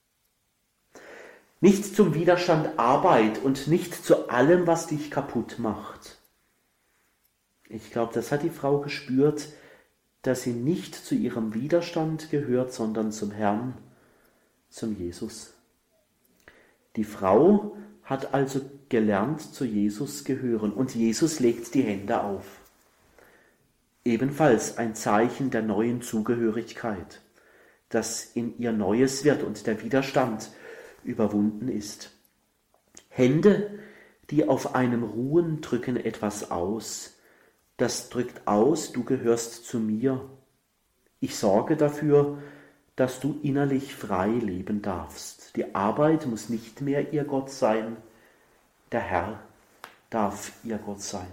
Nicht zum Widerstand Arbeit und nicht zu allem, was dich kaputt macht. Ich glaube, das hat die Frau gespürt, dass sie nicht zu ihrem Widerstand gehört, sondern zum Herrn, zum Jesus. Die Frau hat also gelernt, zu Jesus gehören, und Jesus legt die Hände auf. Ebenfalls ein Zeichen der neuen Zugehörigkeit, dass in ihr Neues wird und der Widerstand überwunden ist. Hände, die auf einem ruhen, drücken etwas aus. Das drückt aus, du gehörst zu mir. Ich sorge dafür, dass du innerlich frei leben darfst. Die Arbeit muss nicht mehr ihr Gott sein, der Herr darf ihr Gott sein.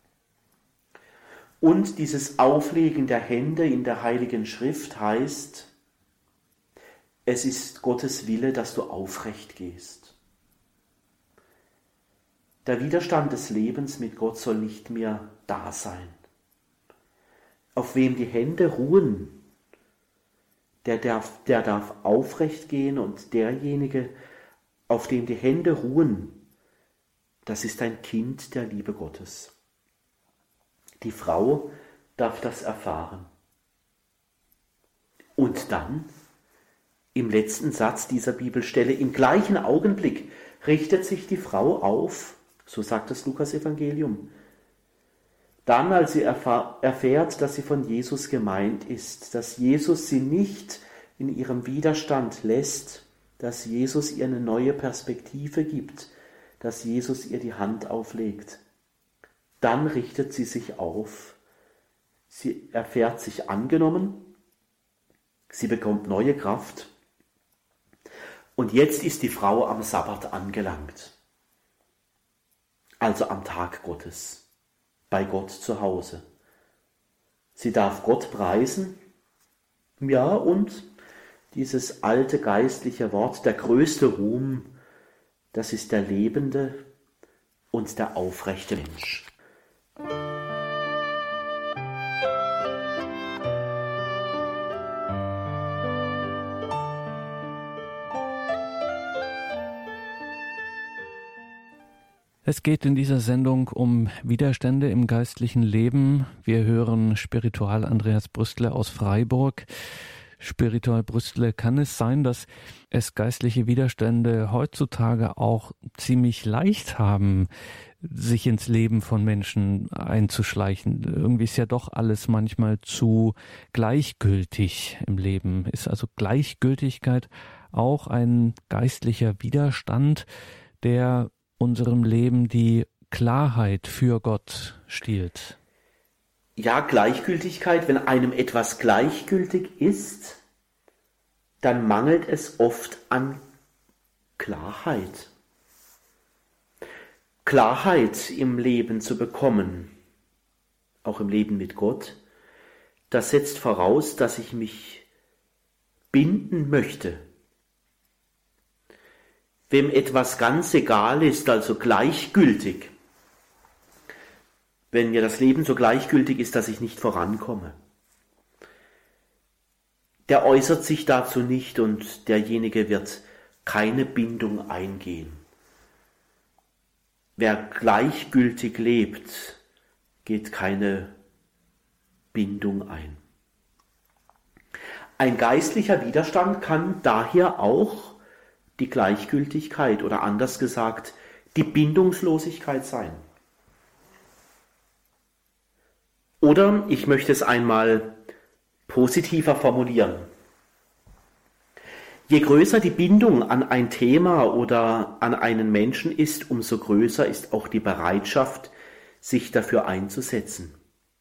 Und dieses Auflegen der Hände in der Heiligen Schrift heißt, es ist Gottes Wille, dass du aufrecht gehst. Der Widerstand des Lebens mit Gott soll nicht mehr da sein. Auf wem die Hände ruhen, der darf, der darf aufrecht gehen, und derjenige, auf dem die Hände ruhen, das ist ein Kind der Liebe Gottes. Die Frau darf das erfahren. Und dann, im letzten Satz dieser Bibelstelle, im gleichen Augenblick richtet sich die Frau auf, so sagt das Lukas-Evangelium. Dann, als sie erfährt, dass sie von Jesus gemeint ist, dass Jesus sie nicht in ihrem Widerstand lässt, dass Jesus ihr eine neue Perspektive gibt, dass Jesus ihr die Hand auflegt, dann richtet sie sich auf. Sie erfährt sich angenommen, sie bekommt neue Kraft, und jetzt ist die Frau am Sabbat angelangt. also am Tag Gottes, bei Gott zu Hause. Sie darf Gott preisen, ja, und dieses alte geistliche Wort, der größte Ruhm, das ist der lebende und der aufrechte Mensch. Es geht in dieser Sendung um Widerstände im geistlichen Leben. Wir hören Spiritual Andreas Brüstle aus Freiburg. Spiritual Brüstle, kann es sein, dass es geistliche Widerstände heutzutage auch ziemlich leicht haben, sich ins Leben von Menschen einzuschleichen? Irgendwie ist ja doch alles manchmal zu gleichgültig im Leben. Ist also Gleichgültigkeit auch ein geistlicher Widerstand, der unserem Leben die Klarheit für Gott stiehlt? Ja, Gleichgültigkeit, wenn einem etwas gleichgültig ist, dann mangelt es oft an Klarheit. Klarheit im Leben zu bekommen, auch im Leben mit Gott, das setzt voraus, dass ich mich binden möchte. Wem etwas ganz egal ist, also gleichgültig, wenn mir das Leben so gleichgültig ist, dass ich nicht vorankomme, der äußert sich dazu nicht und derjenige wird keine Bindung eingehen. Wer gleichgültig lebt, geht keine Bindung ein. Ein geistlicher Widerstand kann daher auch die Gleichgültigkeit oder anders gesagt die Bindungslosigkeit sein. Oder ich möchte es einmal positiver formulieren. Je größer die Bindung an ein Thema oder an einen Menschen ist, umso größer ist auch die Bereitschaft, sich dafür einzusetzen.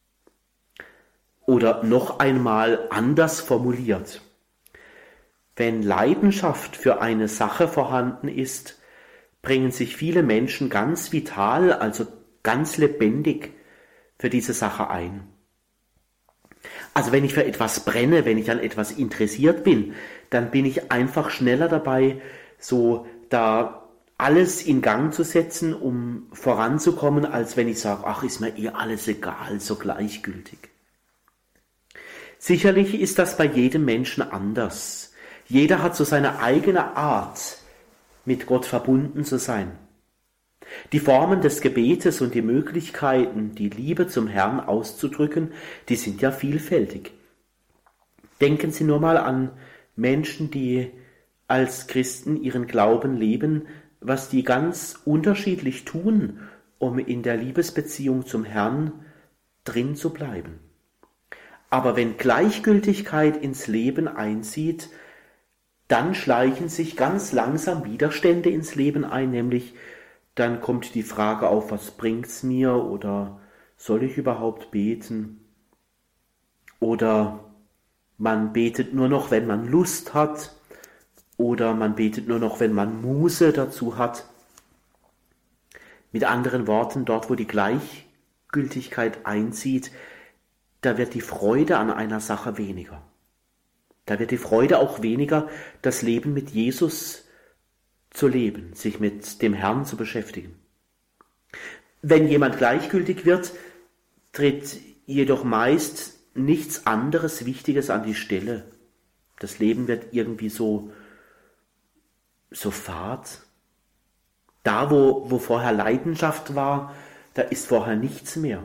Oder noch einmal anders formuliert. Wenn Leidenschaft für eine Sache vorhanden ist, bringen sich viele Menschen ganz vital, also ganz lebendig für diese Sache ein. Also wenn ich für etwas brenne, wenn ich an etwas interessiert bin, dann bin ich einfach schneller dabei, so da alles in Gang zu setzen, um voranzukommen, als wenn ich sage, ach, ist mir eh alles egal, so gleichgültig. Sicherlich ist das bei jedem Menschen anders. Jeder hat so seine eigene Art, mit Gott verbunden zu sein. Die Formen des Gebetes und die Möglichkeiten, die Liebe zum Herrn auszudrücken, die sind ja vielfältig. Denken Sie nur mal an Menschen, die als Christen ihren Glauben leben, was die ganz unterschiedlich tun, um in der Liebesbeziehung zum Herrn drin zu bleiben. Aber wenn Gleichgültigkeit ins Leben einzieht, dann schleichen sich ganz langsam Widerstände ins Leben ein, nämlich dann kommt die Frage auf, was bringt's mir oder soll ich überhaupt beten? Oder man betet nur noch, wenn man Lust hat, oder man betet nur noch, wenn man Muße dazu hat. Mit anderen Worten, dort wo die Gleichgültigkeit einzieht, da wird die Freude an einer Sache weniger. Da wird die Freude auch weniger, das Leben mit Jesus zu leben, sich mit dem Herrn zu beschäftigen. Wenn jemand gleichgültig wird, tritt jedoch meist nichts anderes Wichtiges an die Stelle. Das Leben wird irgendwie so, so fad. Da, wo, wo vorher Leidenschaft war, da ist vorher nichts mehr.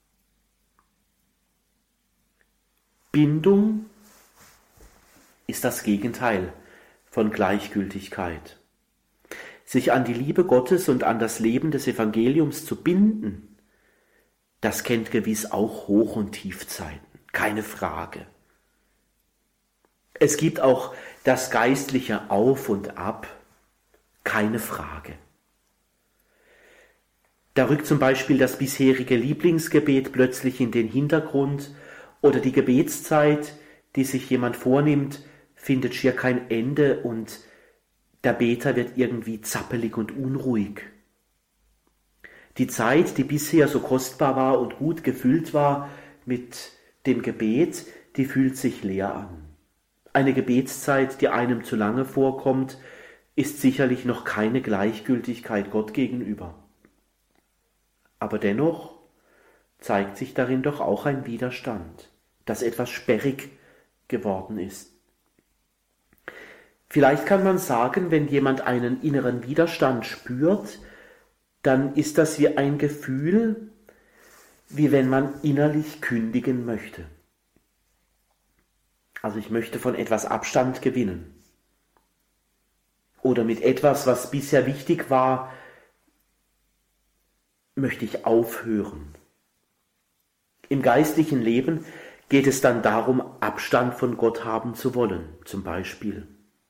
Bindung ist das Gegenteil von Gleichgültigkeit. Sich an die Liebe Gottes und an das Leben des Evangeliums zu binden, das kennt gewiss auch Hoch- und Tiefzeiten, keine Frage. Es gibt auch das geistliche Auf und Ab, keine Frage. Da rückt zum Beispiel das bisherige Lieblingsgebet plötzlich in den Hintergrund oder die Gebetszeit, die sich jemand vornimmt, findet schier kein Ende und der Beter wird irgendwie zappelig und unruhig. Die Zeit, die bisher so kostbar war und gut gefüllt war mit dem Gebet, die fühlt sich leer an. Eine Gebetszeit, die einem zu lange vorkommt, ist sicherlich noch keine Gleichgültigkeit Gott gegenüber. Aber dennoch zeigt sich darin doch auch ein Widerstand, dass etwas sperrig geworden ist. Vielleicht kann man sagen, wenn jemand einen inneren Widerstand spürt, dann ist das wie ein Gefühl, wie wenn man innerlich kündigen möchte. Also ich möchte von etwas Abstand gewinnen. Oder mit etwas, was bisher wichtig war, möchte ich aufhören. Im geistlichen Leben geht es dann darum, Abstand von Gott haben zu wollen, zum Beispiel.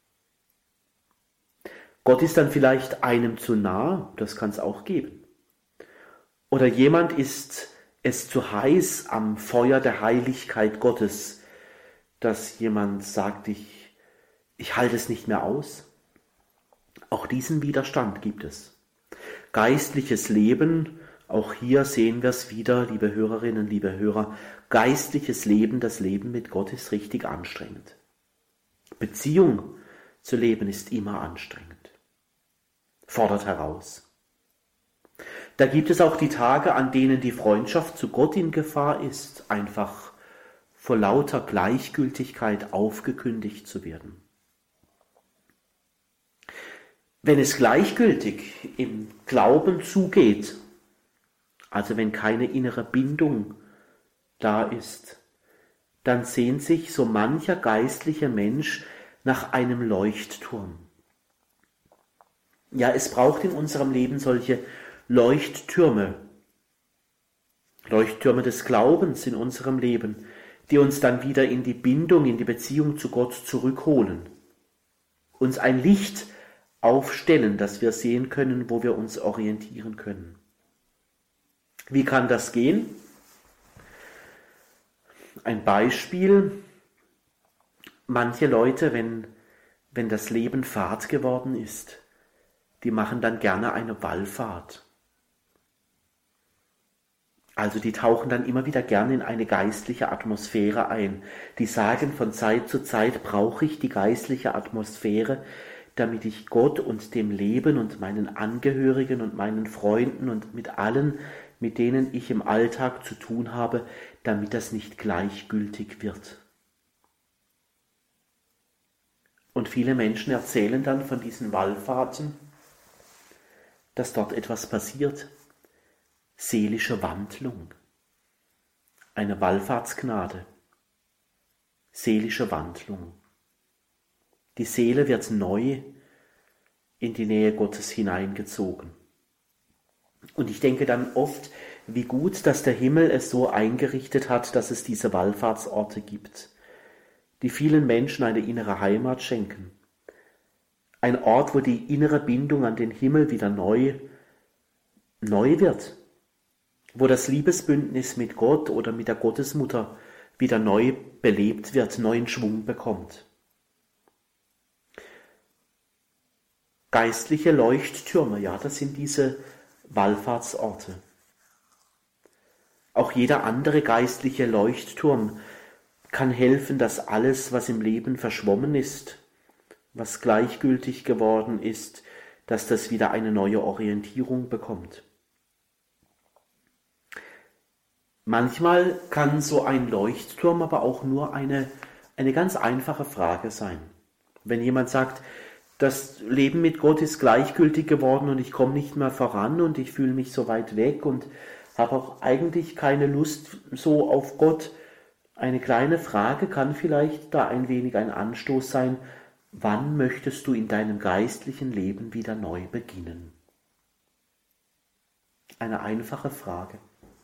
Gott ist dann vielleicht einem zu nah, das kann es auch geben. Oder jemand ist es zu heiß am Feuer der Heiligkeit Gottes, dass jemand sagt, ich, ich halte es nicht mehr aus. Auch diesen Widerstand gibt es. Geistliches Leben, auch hier sehen wir es wieder, liebe Hörerinnen, liebe Hörer, geistliches Leben, das Leben mit Gott ist richtig anstrengend. Beziehung zu leben ist immer anstrengend, fordert heraus. Da gibt es auch die Tage, an denen die Freundschaft zu Gott in Gefahr ist, einfach vor lauter Gleichgültigkeit aufgekündigt zu werden. Wenn es gleichgültig im Glauben zugeht, also wenn keine innere Bindung da ist, dann sehnt sich so mancher geistliche Mensch nach einem Leuchtturm. Ja, es braucht in unserem Leben solche Leuchttürme, Leuchttürme des Glaubens in unserem Leben, die uns dann wieder in die Bindung, in die Beziehung zu Gott zurückholen, uns ein Licht aufstellen, dass wir sehen können, wo wir uns orientieren können. Wie kann das gehen? Ein Beispiel: Manche Leute, wenn, wenn das Leben Fahrt geworden ist, die machen dann gerne eine Wallfahrt. Also die tauchen dann immer wieder gerne in eine geistliche Atmosphäre ein. Die sagen, von Zeit zu Zeit brauche ich die geistliche Atmosphäre, damit ich Gott und dem Leben und meinen Angehörigen und meinen Freunden und mit allen, mit denen ich im Alltag zu tun habe, damit das nicht gleichgültig wird. Und viele Menschen erzählen dann von diesen Wallfahrten, dass dort etwas passiert. Seelische Wandlung. Eine Wallfahrtsgnade. Seelische Wandlung. Die Seele wird neu in die Nähe Gottes hineingezogen. Und ich denke dann oft, wie gut, dass der Himmel es so eingerichtet hat, dass es diese Wallfahrtsorte gibt, die vielen Menschen eine innere Heimat schenken. Ein Ort, wo die innere Bindung an den Himmel wieder neu, neu wird, wo das Liebesbündnis mit Gott oder mit der Gottesmutter wieder neu belebt wird, neuen Schwung bekommt. Geistliche Leuchttürme, ja, das sind diese Wallfahrtsorte. Auch jeder andere geistliche Leuchtturm kann helfen, dass alles, was im Leben verschwommen ist, was gleichgültig geworden ist, dass das wieder eine neue Orientierung bekommt. Manchmal kann so ein Leuchtturm aber auch nur eine, eine ganz einfache Frage sein. Wenn jemand sagt, das Leben mit Gott ist gleichgültig geworden und ich komme nicht mehr voran und ich fühle mich so weit weg und habe auch eigentlich keine Lust so auf Gott. Eine kleine Frage kann vielleicht da ein wenig ein Anstoß sein. Wann möchtest du in deinem geistlichen Leben wieder neu beginnen? Eine einfache Frage.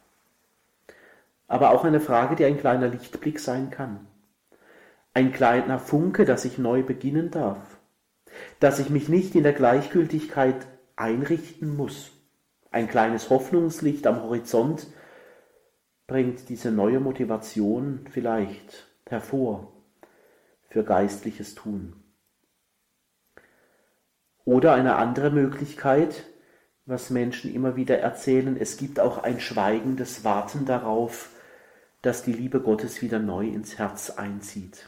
Aber auch eine Frage, die ein kleiner Lichtblick sein kann. Ein kleiner Funke, dass ich neu beginnen darf. Dass ich mich nicht in der Gleichgültigkeit einrichten muss. Ein kleines Hoffnungslicht am Horizont bringt diese neue Motivation vielleicht hervor für geistliches Tun. Oder eine andere Möglichkeit, was Menschen immer wieder erzählen. Es gibt auch ein schweigendes Warten darauf, dass die Liebe Gottes wieder neu ins Herz einzieht.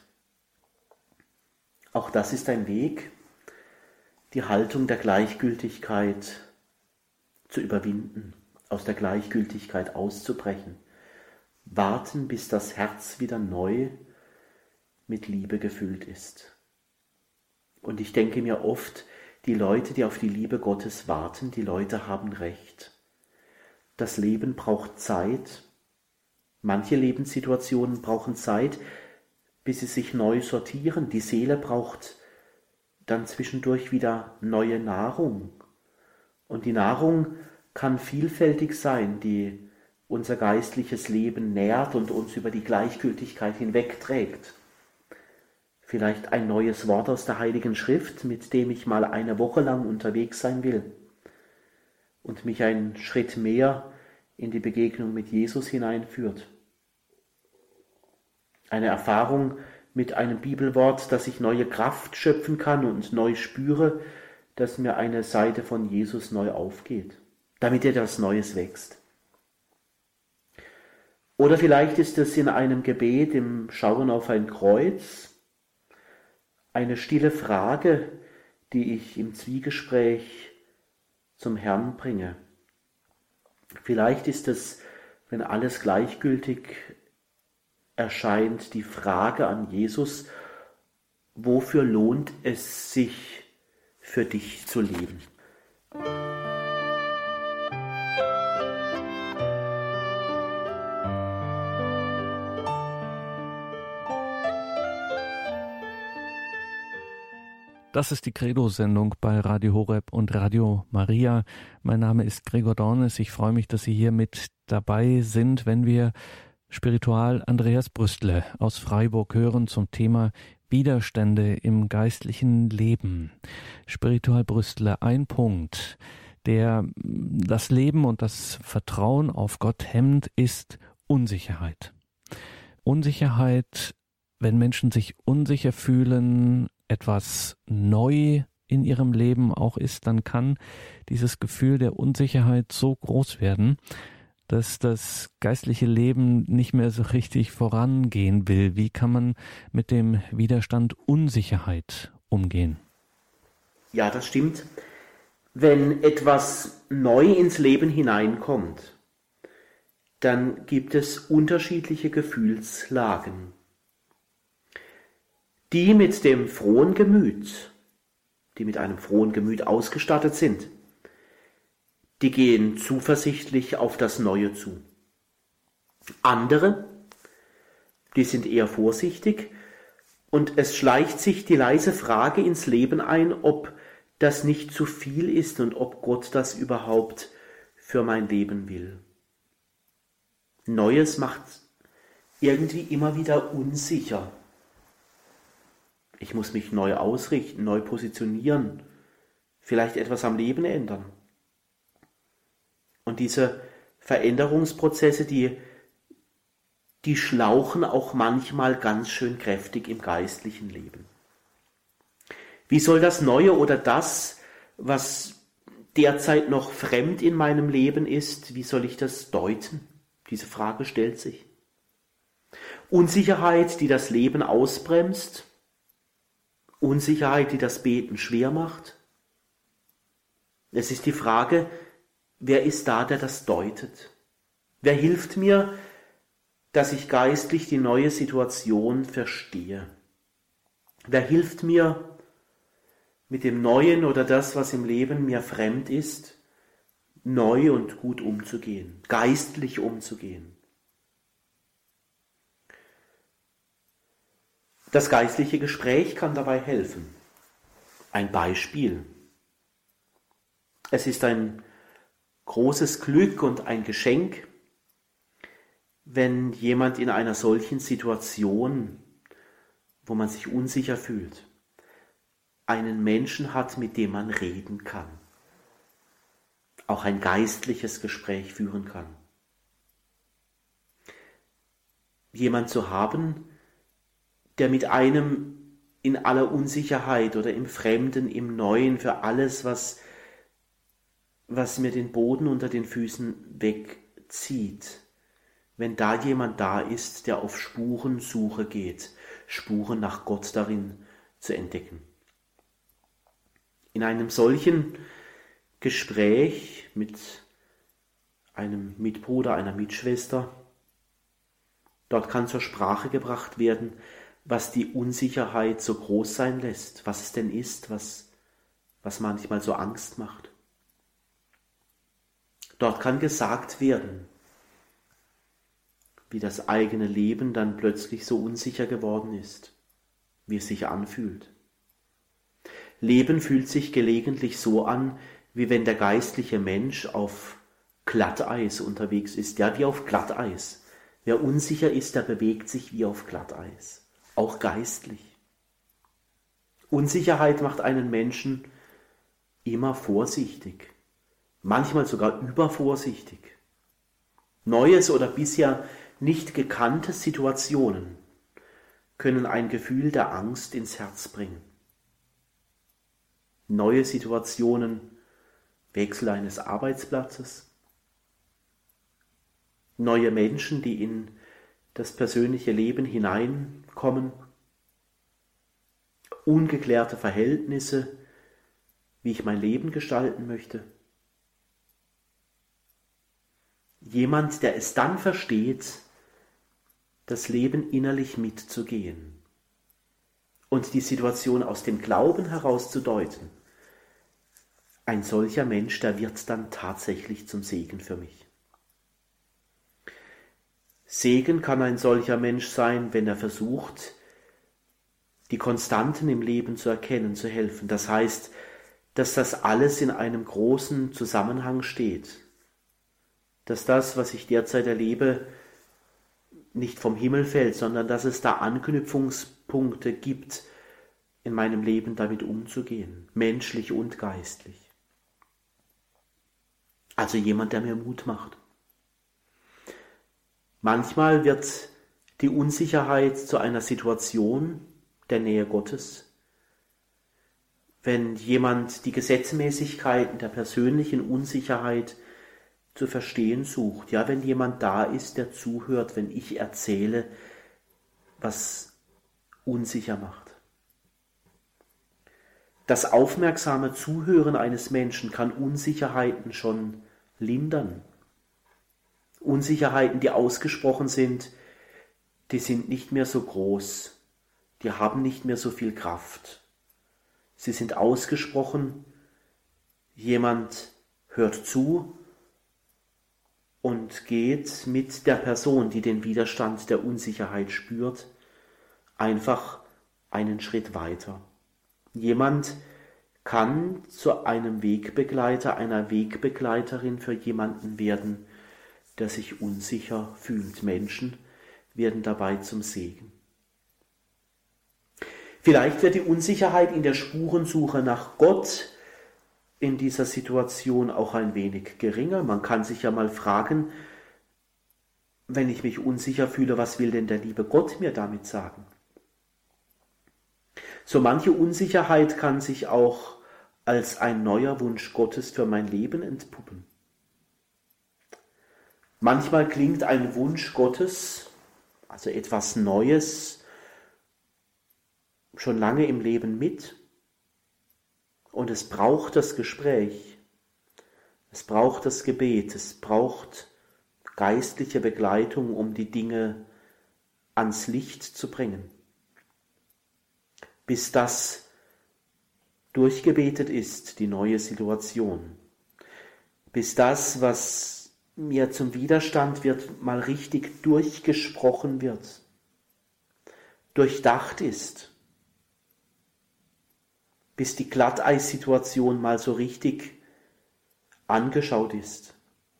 Auch das ist ein Weg, die Haltung der Gleichgültigkeit zu überwinden, aus der Gleichgültigkeit auszubrechen. Warten, bis das Herz wieder neu mit Liebe gefüllt ist. Und ich denke mir oft, die Leute, die auf die Liebe Gottes warten, die Leute haben recht. Das Leben braucht Zeit. Manche Lebenssituationen brauchen Zeit, bis sie sich neu sortieren. Die Seele braucht dann zwischendurch wieder neue Nahrung. Und die Nahrung kann vielfältig sein, die unser geistliches Leben nährt und uns über die Gleichgültigkeit hinwegträgt. Vielleicht ein neues Wort aus der Heiligen Schrift, mit dem ich mal eine Woche lang unterwegs sein will und mich einen Schritt mehr in die Begegnung mit Jesus hineinführt. Eine Erfahrung mit einem Bibelwort, dass ich neue Kraft schöpfen kann und neu spüre, dass mir eine Seite von Jesus neu aufgeht, damit etwas Neues wächst. Oder vielleicht ist es in einem Gebet, im Schauen auf ein Kreuz, eine stille Frage, die ich im Zwiegespräch zum Herrn bringe. Vielleicht ist es, wenn alles gleichgültig erscheint, die Frage an Jesus, wofür lohnt es sich für dich zu leben? Das ist die Credo-Sendung bei Radio Horeb und Radio Maria. Mein Name ist Gregor Dornis. Ich freue mich, dass Sie hier mit dabei sind, wenn wir Spiritual Andreas Brüstle aus Freiburg hören zum Thema Widerstände im geistlichen Leben. Spiritual Brüstle, ein Punkt, der das Leben und das Vertrauen auf Gott hemmt, ist Unsicherheit. Unsicherheit, wenn Menschen sich unsicher fühlen, etwas neu in ihrem Leben auch ist, dann kann dieses Gefühl der Unsicherheit so groß werden, dass das geistliche Leben nicht mehr so richtig vorangehen will. Wie kann man mit dem Widerstand Unsicherheit umgehen? Ja, das stimmt. Wenn etwas neu ins Leben hineinkommt, dann gibt es unterschiedliche Gefühlslagen. Die mit dem frohen Gemüt, die mit einem frohen Gemüt ausgestattet sind, die gehen zuversichtlich auf das Neue zu. Andere, die sind eher vorsichtig und es schleicht sich die leise Frage ins Leben ein, ob das nicht zu viel ist und ob Gott das überhaupt für mein Leben will. Neues macht irgendwie immer wieder unsicher. Ich muss mich neu ausrichten, neu positionieren, vielleicht etwas am Leben ändern. Und diese Veränderungsprozesse, die, die schlauchen auch manchmal ganz schön kräftig im geistlichen Leben. Wie soll das Neue oder das, was derzeit noch fremd in meinem Leben ist, wie soll ich das deuten? Diese Frage stellt sich. Unsicherheit, die das Leben ausbremst, Unsicherheit, die das Beten schwer macht. Es ist die Frage, wer ist da, der das deutet? Wer hilft mir, dass ich geistlich die neue Situation verstehe? Wer hilft mir, mit dem Neuen oder das, was im Leben mir fremd ist, neu und gut umzugehen, geistlich umzugehen? Das geistliche Gespräch kann dabei helfen. Ein Beispiel. Es ist ein großes Glück und ein Geschenk, wenn jemand in einer solchen Situation, wo man sich unsicher fühlt, einen Menschen hat, mit dem man reden kann. Auch ein geistliches Gespräch führen kann. Jemand zu haben, der mit einem in aller Unsicherheit oder im Fremden, im Neuen, für alles, was, was mir den Boden unter den Füßen wegzieht, wenn da jemand da ist, der auf Spurensuche geht, Spuren nach Gott darin zu entdecken. In einem solchen Gespräch mit einem Mitbruder, einer Mitschwester, dort kann zur Sprache gebracht werden, was die Unsicherheit so groß sein lässt, was es denn ist, was, was manchmal so Angst macht. Dort kann gesagt werden, wie das eigene Leben dann plötzlich so unsicher geworden ist, wie es sich anfühlt. Leben fühlt sich gelegentlich so an, wie wenn der geistliche Mensch auf Glatteis unterwegs ist, ja, wie auf Glatteis. Wer unsicher ist, der bewegt sich wie auf Glatteis, auch geistlich. Unsicherheit macht einen Menschen immer vorsichtig, manchmal sogar übervorsichtig. Neues oder bisher nicht gekannte Situationen können ein Gefühl der Angst ins Herz bringen. Neue Situationen, Wechsel eines Arbeitsplatzes, neue Menschen, die in das persönliche Leben hineinkommen, ungeklärte Verhältnisse, wie ich mein Leben gestalten möchte. Jemand, der es dann versteht, das Leben innerlich mitzugehen und die Situation aus dem Glauben heraus zu deuten. Ein solcher Mensch, der wird dann tatsächlich zum Segen für mich. Segen kann ein solcher Mensch sein, wenn er versucht, die Konstanten im Leben zu erkennen, zu helfen. Das heißt, dass das alles in einem großen Zusammenhang steht. Dass das, was ich derzeit erlebe, nicht vom Himmel fällt, sondern dass es da Anknüpfungspunkte gibt, in meinem Leben damit umzugehen, menschlich und geistlich. Also jemand, der mir Mut macht. Manchmal wird die Unsicherheit zu einer Situation der Nähe Gottes, wenn jemand die Gesetzmäßigkeiten der persönlichen Unsicherheit zu verstehen sucht. Ja, wenn jemand da ist, der zuhört, wenn ich erzähle, was unsicher macht. Das aufmerksame Zuhören eines Menschen kann Unsicherheiten schon lindern. Unsicherheiten, die ausgesprochen sind, die sind nicht mehr so groß, die haben nicht mehr so viel Kraft. Sie sind ausgesprochen, jemand hört zu und geht mit der Person, die den Widerstand der Unsicherheit spürt, einfach einen Schritt weiter. Jemand kann zu einem Wegbegleiter, einer Wegbegleiterin für jemanden werden, der sich unsicher fühlt. Menschen werden dabei zum Segen. Vielleicht wird die Unsicherheit in der Spurensuche nach Gott in dieser Situation auch ein wenig geringer. Man kann sich ja mal fragen, wenn ich mich unsicher fühle, was will denn der liebe Gott mir damit sagen? So manche Unsicherheit kann sich auch als ein neuer Wunsch Gottes für mein Leben entpuppen. Manchmal klingt ein Wunsch Gottes, also etwas Neues, schon lange im Leben mit. Und es braucht das Gespräch, es braucht das Gebet, es braucht geistliche Begleitung, um die Dinge ans Licht zu bringen. Bis das durchgebetet ist, die neue Situation. Bis das, was mir zum Widerstand wird, mal richtig durchgesprochen wird, durchdacht ist. Bis die Glatteissituation mal so richtig angeschaut ist.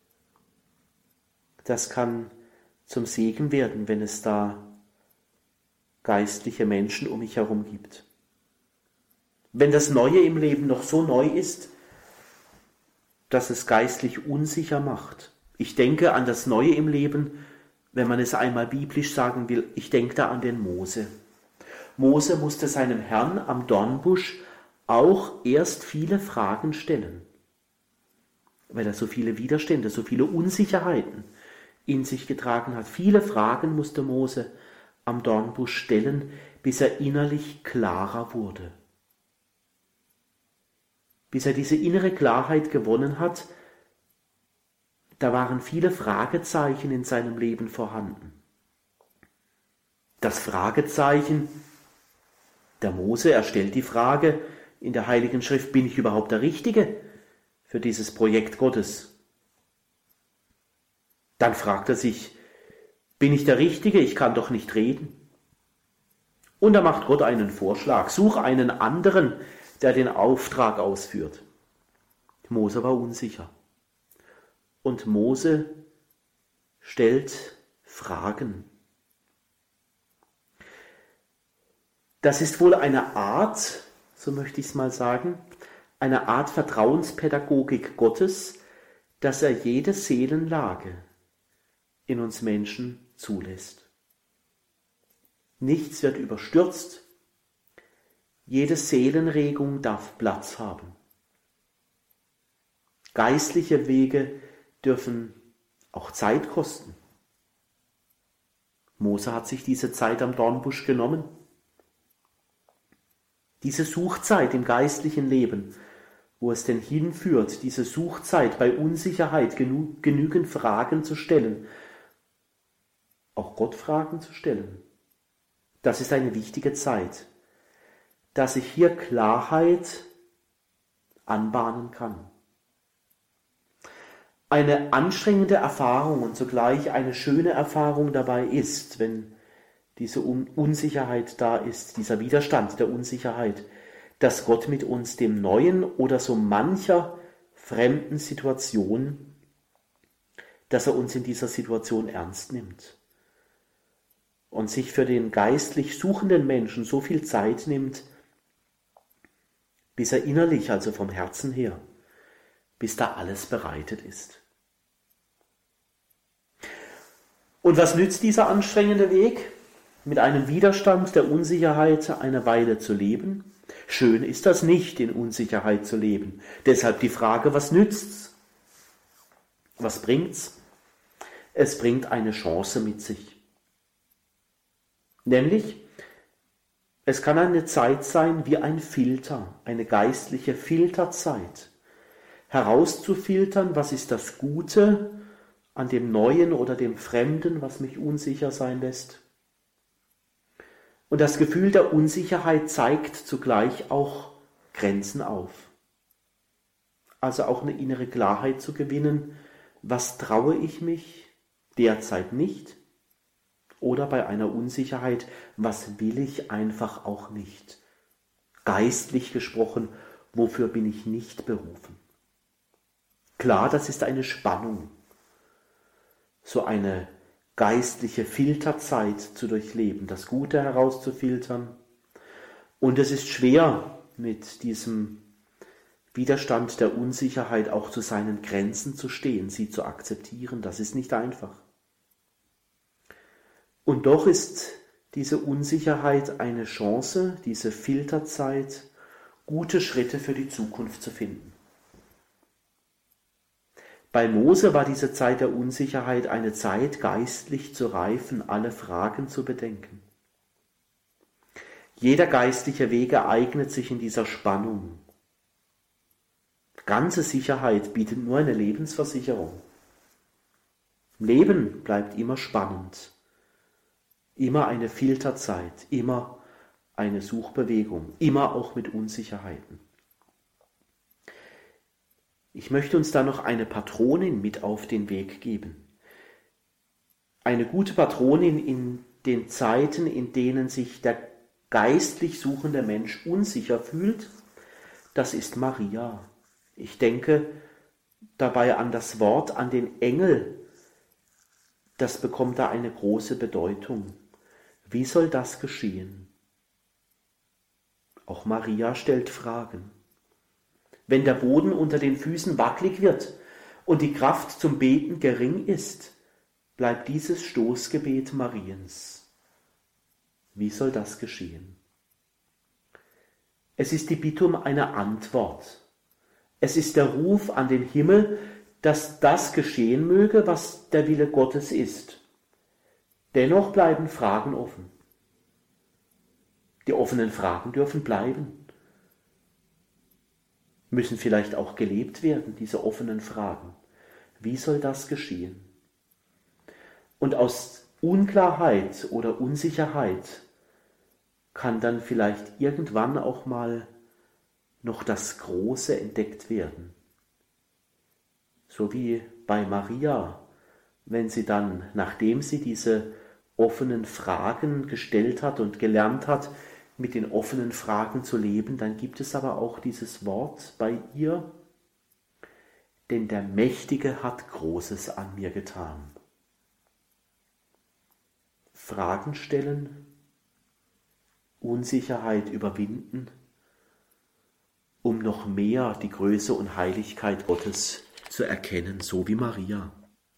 Das kann zum Segen werden, wenn es da geistliche Menschen um mich herum gibt. Wenn das Neue im Leben noch so neu ist, dass es geistlich unsicher macht. Ich denke an das Neue im Leben, wenn man es einmal biblisch sagen will, ich denke da an den Mose. Mose musste seinem Herrn am Dornbusch auch erst viele Fragen stellen. weil er so viele Widerstände, so viele Unsicherheiten in sich getragen hat. Viele Fragen musste Mose am Dornbusch stellen, bis er innerlich klarer wurde. Bis er diese innere Klarheit gewonnen hat, da waren viele Fragezeichen in seinem Leben vorhanden. Das Fragezeichen, der Mose, er stellt die Frage in der Heiligen Schrift, bin ich überhaupt der Richtige für dieses Projekt Gottes? Dann fragt er sich, bin ich der Richtige? Ich kann doch nicht reden. Und da macht Gott einen Vorschlag, such einen anderen, der den Auftrag ausführt. Mose war unsicher. Und Mose stellt Fragen. Das ist wohl eine Art, so möchte ich es mal sagen, eine Art Vertrauenspädagogik Gottes, dass er jede Seelenlage in uns Menschen zulässt. Nichts wird überstürzt, jede Seelenregung darf Platz haben. Geistliche Wege dürfen auch Zeit kosten. Mose hat sich diese Zeit am Dornbusch genommen. Diese Suchzeit im geistlichen Leben, wo es denn hinführt, diese Suchzeit bei Unsicherheit genü- genügend Fragen zu stellen, auch Gott Fragen zu stellen. Das ist eine wichtige Zeit, dass ich hier Klarheit anbahnen kann. Eine anstrengende Erfahrung und zugleich eine schöne Erfahrung dabei ist, wenn diese Unsicherheit da ist, dieser Widerstand der Unsicherheit, dass Gott mit uns dem neuen oder so mancher fremden Situation, dass er uns in dieser Situation ernst nimmt und sich für den geistlich suchenden Menschen so viel Zeit nimmt, bis er innerlich, also vom Herzen her, bis da alles bereitet ist. Und was nützt dieser anstrengende Weg? Mit einem Widerstand der Unsicherheit eine Weile zu leben? Schön ist das nicht, in Unsicherheit zu leben. Deshalb die Frage, was nützt's? Was bringt's? Es bringt eine Chance mit sich. Nämlich, es kann eine Zeit sein wie ein Filter, eine geistliche Filterzeit. Herauszufiltern, was ist das Gute an dem Neuen oder dem Fremden, was mich unsicher sein lässt. Und das Gefühl der Unsicherheit zeigt zugleich auch Grenzen auf. Also auch eine innere Klarheit zu gewinnen, was traue ich mich derzeit nicht? Oder bei einer Unsicherheit, was will ich einfach auch nicht? Geistlich gesprochen, wofür bin ich nicht berufen? Klar, das ist eine Spannung, so eine geistliche Filterzeit zu durchleben, das Gute herauszufiltern. Und es ist schwer, mit diesem Widerstand der Unsicherheit auch zu seinen Grenzen zu stehen, sie zu akzeptieren. Das ist nicht einfach. Und doch ist diese Unsicherheit eine Chance, diese Filterzeit, gute Schritte für die Zukunft zu finden. Bei Mose war diese Zeit der Unsicherheit eine Zeit, geistlich zu reifen, alle Fragen zu bedenken. Jeder geistliche Weg ereignet sich in dieser Spannung. Ganze Sicherheit bietet nur eine Lebensversicherung. Leben bleibt immer spannend, immer eine Filterzeit, immer eine Suchbewegung, immer auch mit Unsicherheiten. Ich möchte uns da noch eine Patronin mit auf den Weg geben. Eine gute Patronin in den Zeiten, in denen sich der geistlich suchende Mensch unsicher fühlt, das ist Maria. Ich denke dabei an das Wort, an den Engel. Das bekommt da eine große Bedeutung. Wie soll das geschehen? Auch Maria stellt Fragen. Wenn der Boden unter den Füßen wackelig wird und die Kraft zum Beten gering ist, bleibt dieses Stoßgebet Mariens. Wie soll das geschehen? Es ist die Bitte um eine Antwort. Es ist der Ruf an den Himmel, dass das geschehen möge, was der Wille Gottes ist. Dennoch bleiben Fragen offen. Die offenen Fragen dürfen bleiben, müssen vielleicht auch gelebt werden, diese offenen Fragen. Wie soll das geschehen? Und aus Unklarheit oder Unsicherheit kann dann vielleicht irgendwann auch mal noch das Große entdeckt werden. So wie bei Maria, wenn sie dann, nachdem sie diese offenen Fragen gestellt hat und gelernt hat, mit den offenen Fragen zu leben, dann gibt es aber auch dieses Wort bei ihr, denn der Mächtige hat Großes an mir getan. Fragen stellen, Unsicherheit überwinden, um noch mehr die Größe und Heiligkeit Gottes zu erkennen, so wie Maria.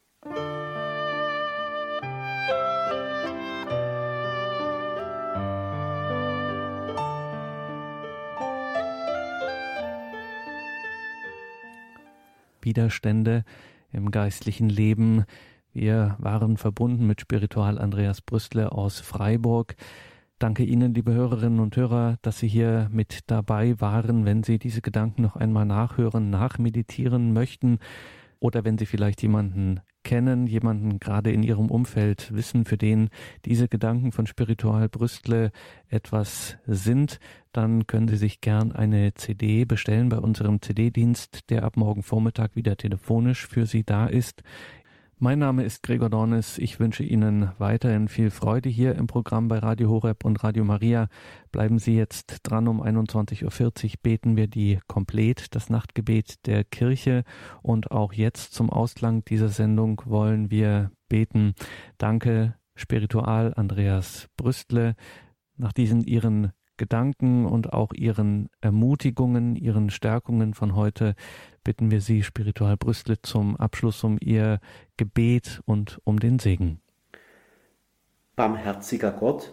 Widerstände im geistlichen Leben. Wir waren verbunden mit Spiritual Andreas Brüstle aus Freiburg. Danke Ihnen, liebe Hörerinnen und Hörer, dass Sie hier mit dabei waren. Wenn Sie diese Gedanken noch einmal nachhören, nachmeditieren möchten oder wenn Sie vielleicht jemanden kennen, jemanden gerade in Ihrem Umfeld wissen, für den diese Gedanken von Spiritual Brüstle etwas sind, dann können Sie sich gern eine C D bestellen bei unserem C D-Dienst, der ab morgen Vormittag wieder telefonisch für Sie da ist. Mein Name ist Gregor Dornis. Ich wünsche Ihnen weiterhin viel Freude hier im Programm bei Radio Horeb und Radio Maria. Bleiben Sie jetzt dran. Um einundzwanzig Uhr vierzig beten wir die Komplet, das Nachtgebet der Kirche. Und auch jetzt zum Ausklang dieser Sendung wollen wir beten. Danke, Spiritual Andreas Brüstle. Nach diesen Ihren Gedanken und auch Ihren Ermutigungen, Ihren Stärkungen von heute bitten wir Sie, Spiritual Brüstle, zum Abschluss um Ihr Gebet und um den Segen. Barmherziger Gott,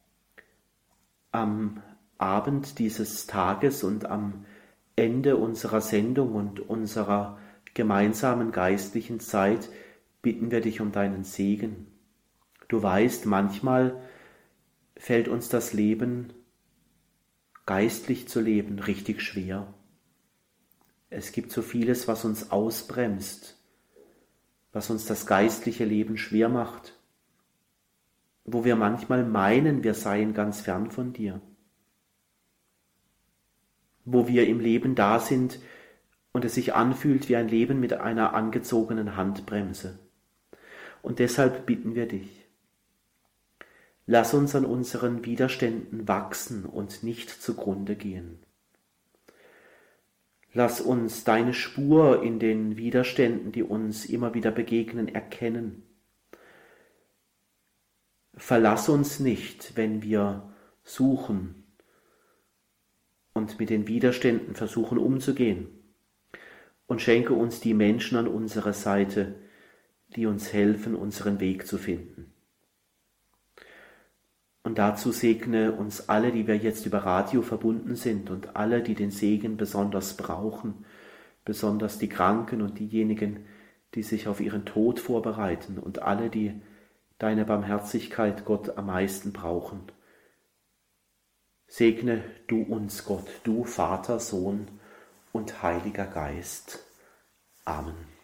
am Abend dieses Tages und am Ende unserer Sendung und unserer gemeinsamen geistlichen Zeit bitten wir dich um deinen Segen. Du weißt, manchmal fällt uns das Leben, geistlich zu leben, richtig schwer. Es gibt so vieles, was uns ausbremst, was uns das geistliche Leben schwer macht, wo wir manchmal meinen, wir seien ganz fern von dir, wo wir im Leben da sind und es sich anfühlt wie ein Leben mit einer angezogenen Handbremse. Und deshalb bitten wir dich, lass uns an unseren Widerständen wachsen und nicht zugrunde gehen. Lass uns deine Spur in den Widerständen, die uns immer wieder begegnen, erkennen. Verlass uns nicht, wenn wir suchen und mit den Widerständen versuchen umzugehen. Und schenke uns die Menschen an unserer Seite, die uns helfen, unseren Weg zu finden. Und dazu segne uns alle, die wir jetzt über Radio verbunden sind und alle, die den Segen besonders brauchen, besonders die Kranken und diejenigen, die sich auf ihren Tod vorbereiten und alle, die deine Barmherzigkeit, Gott, am meisten brauchen. Segne du uns, Gott, du Vater, Sohn und Heiliger Geist. Amen.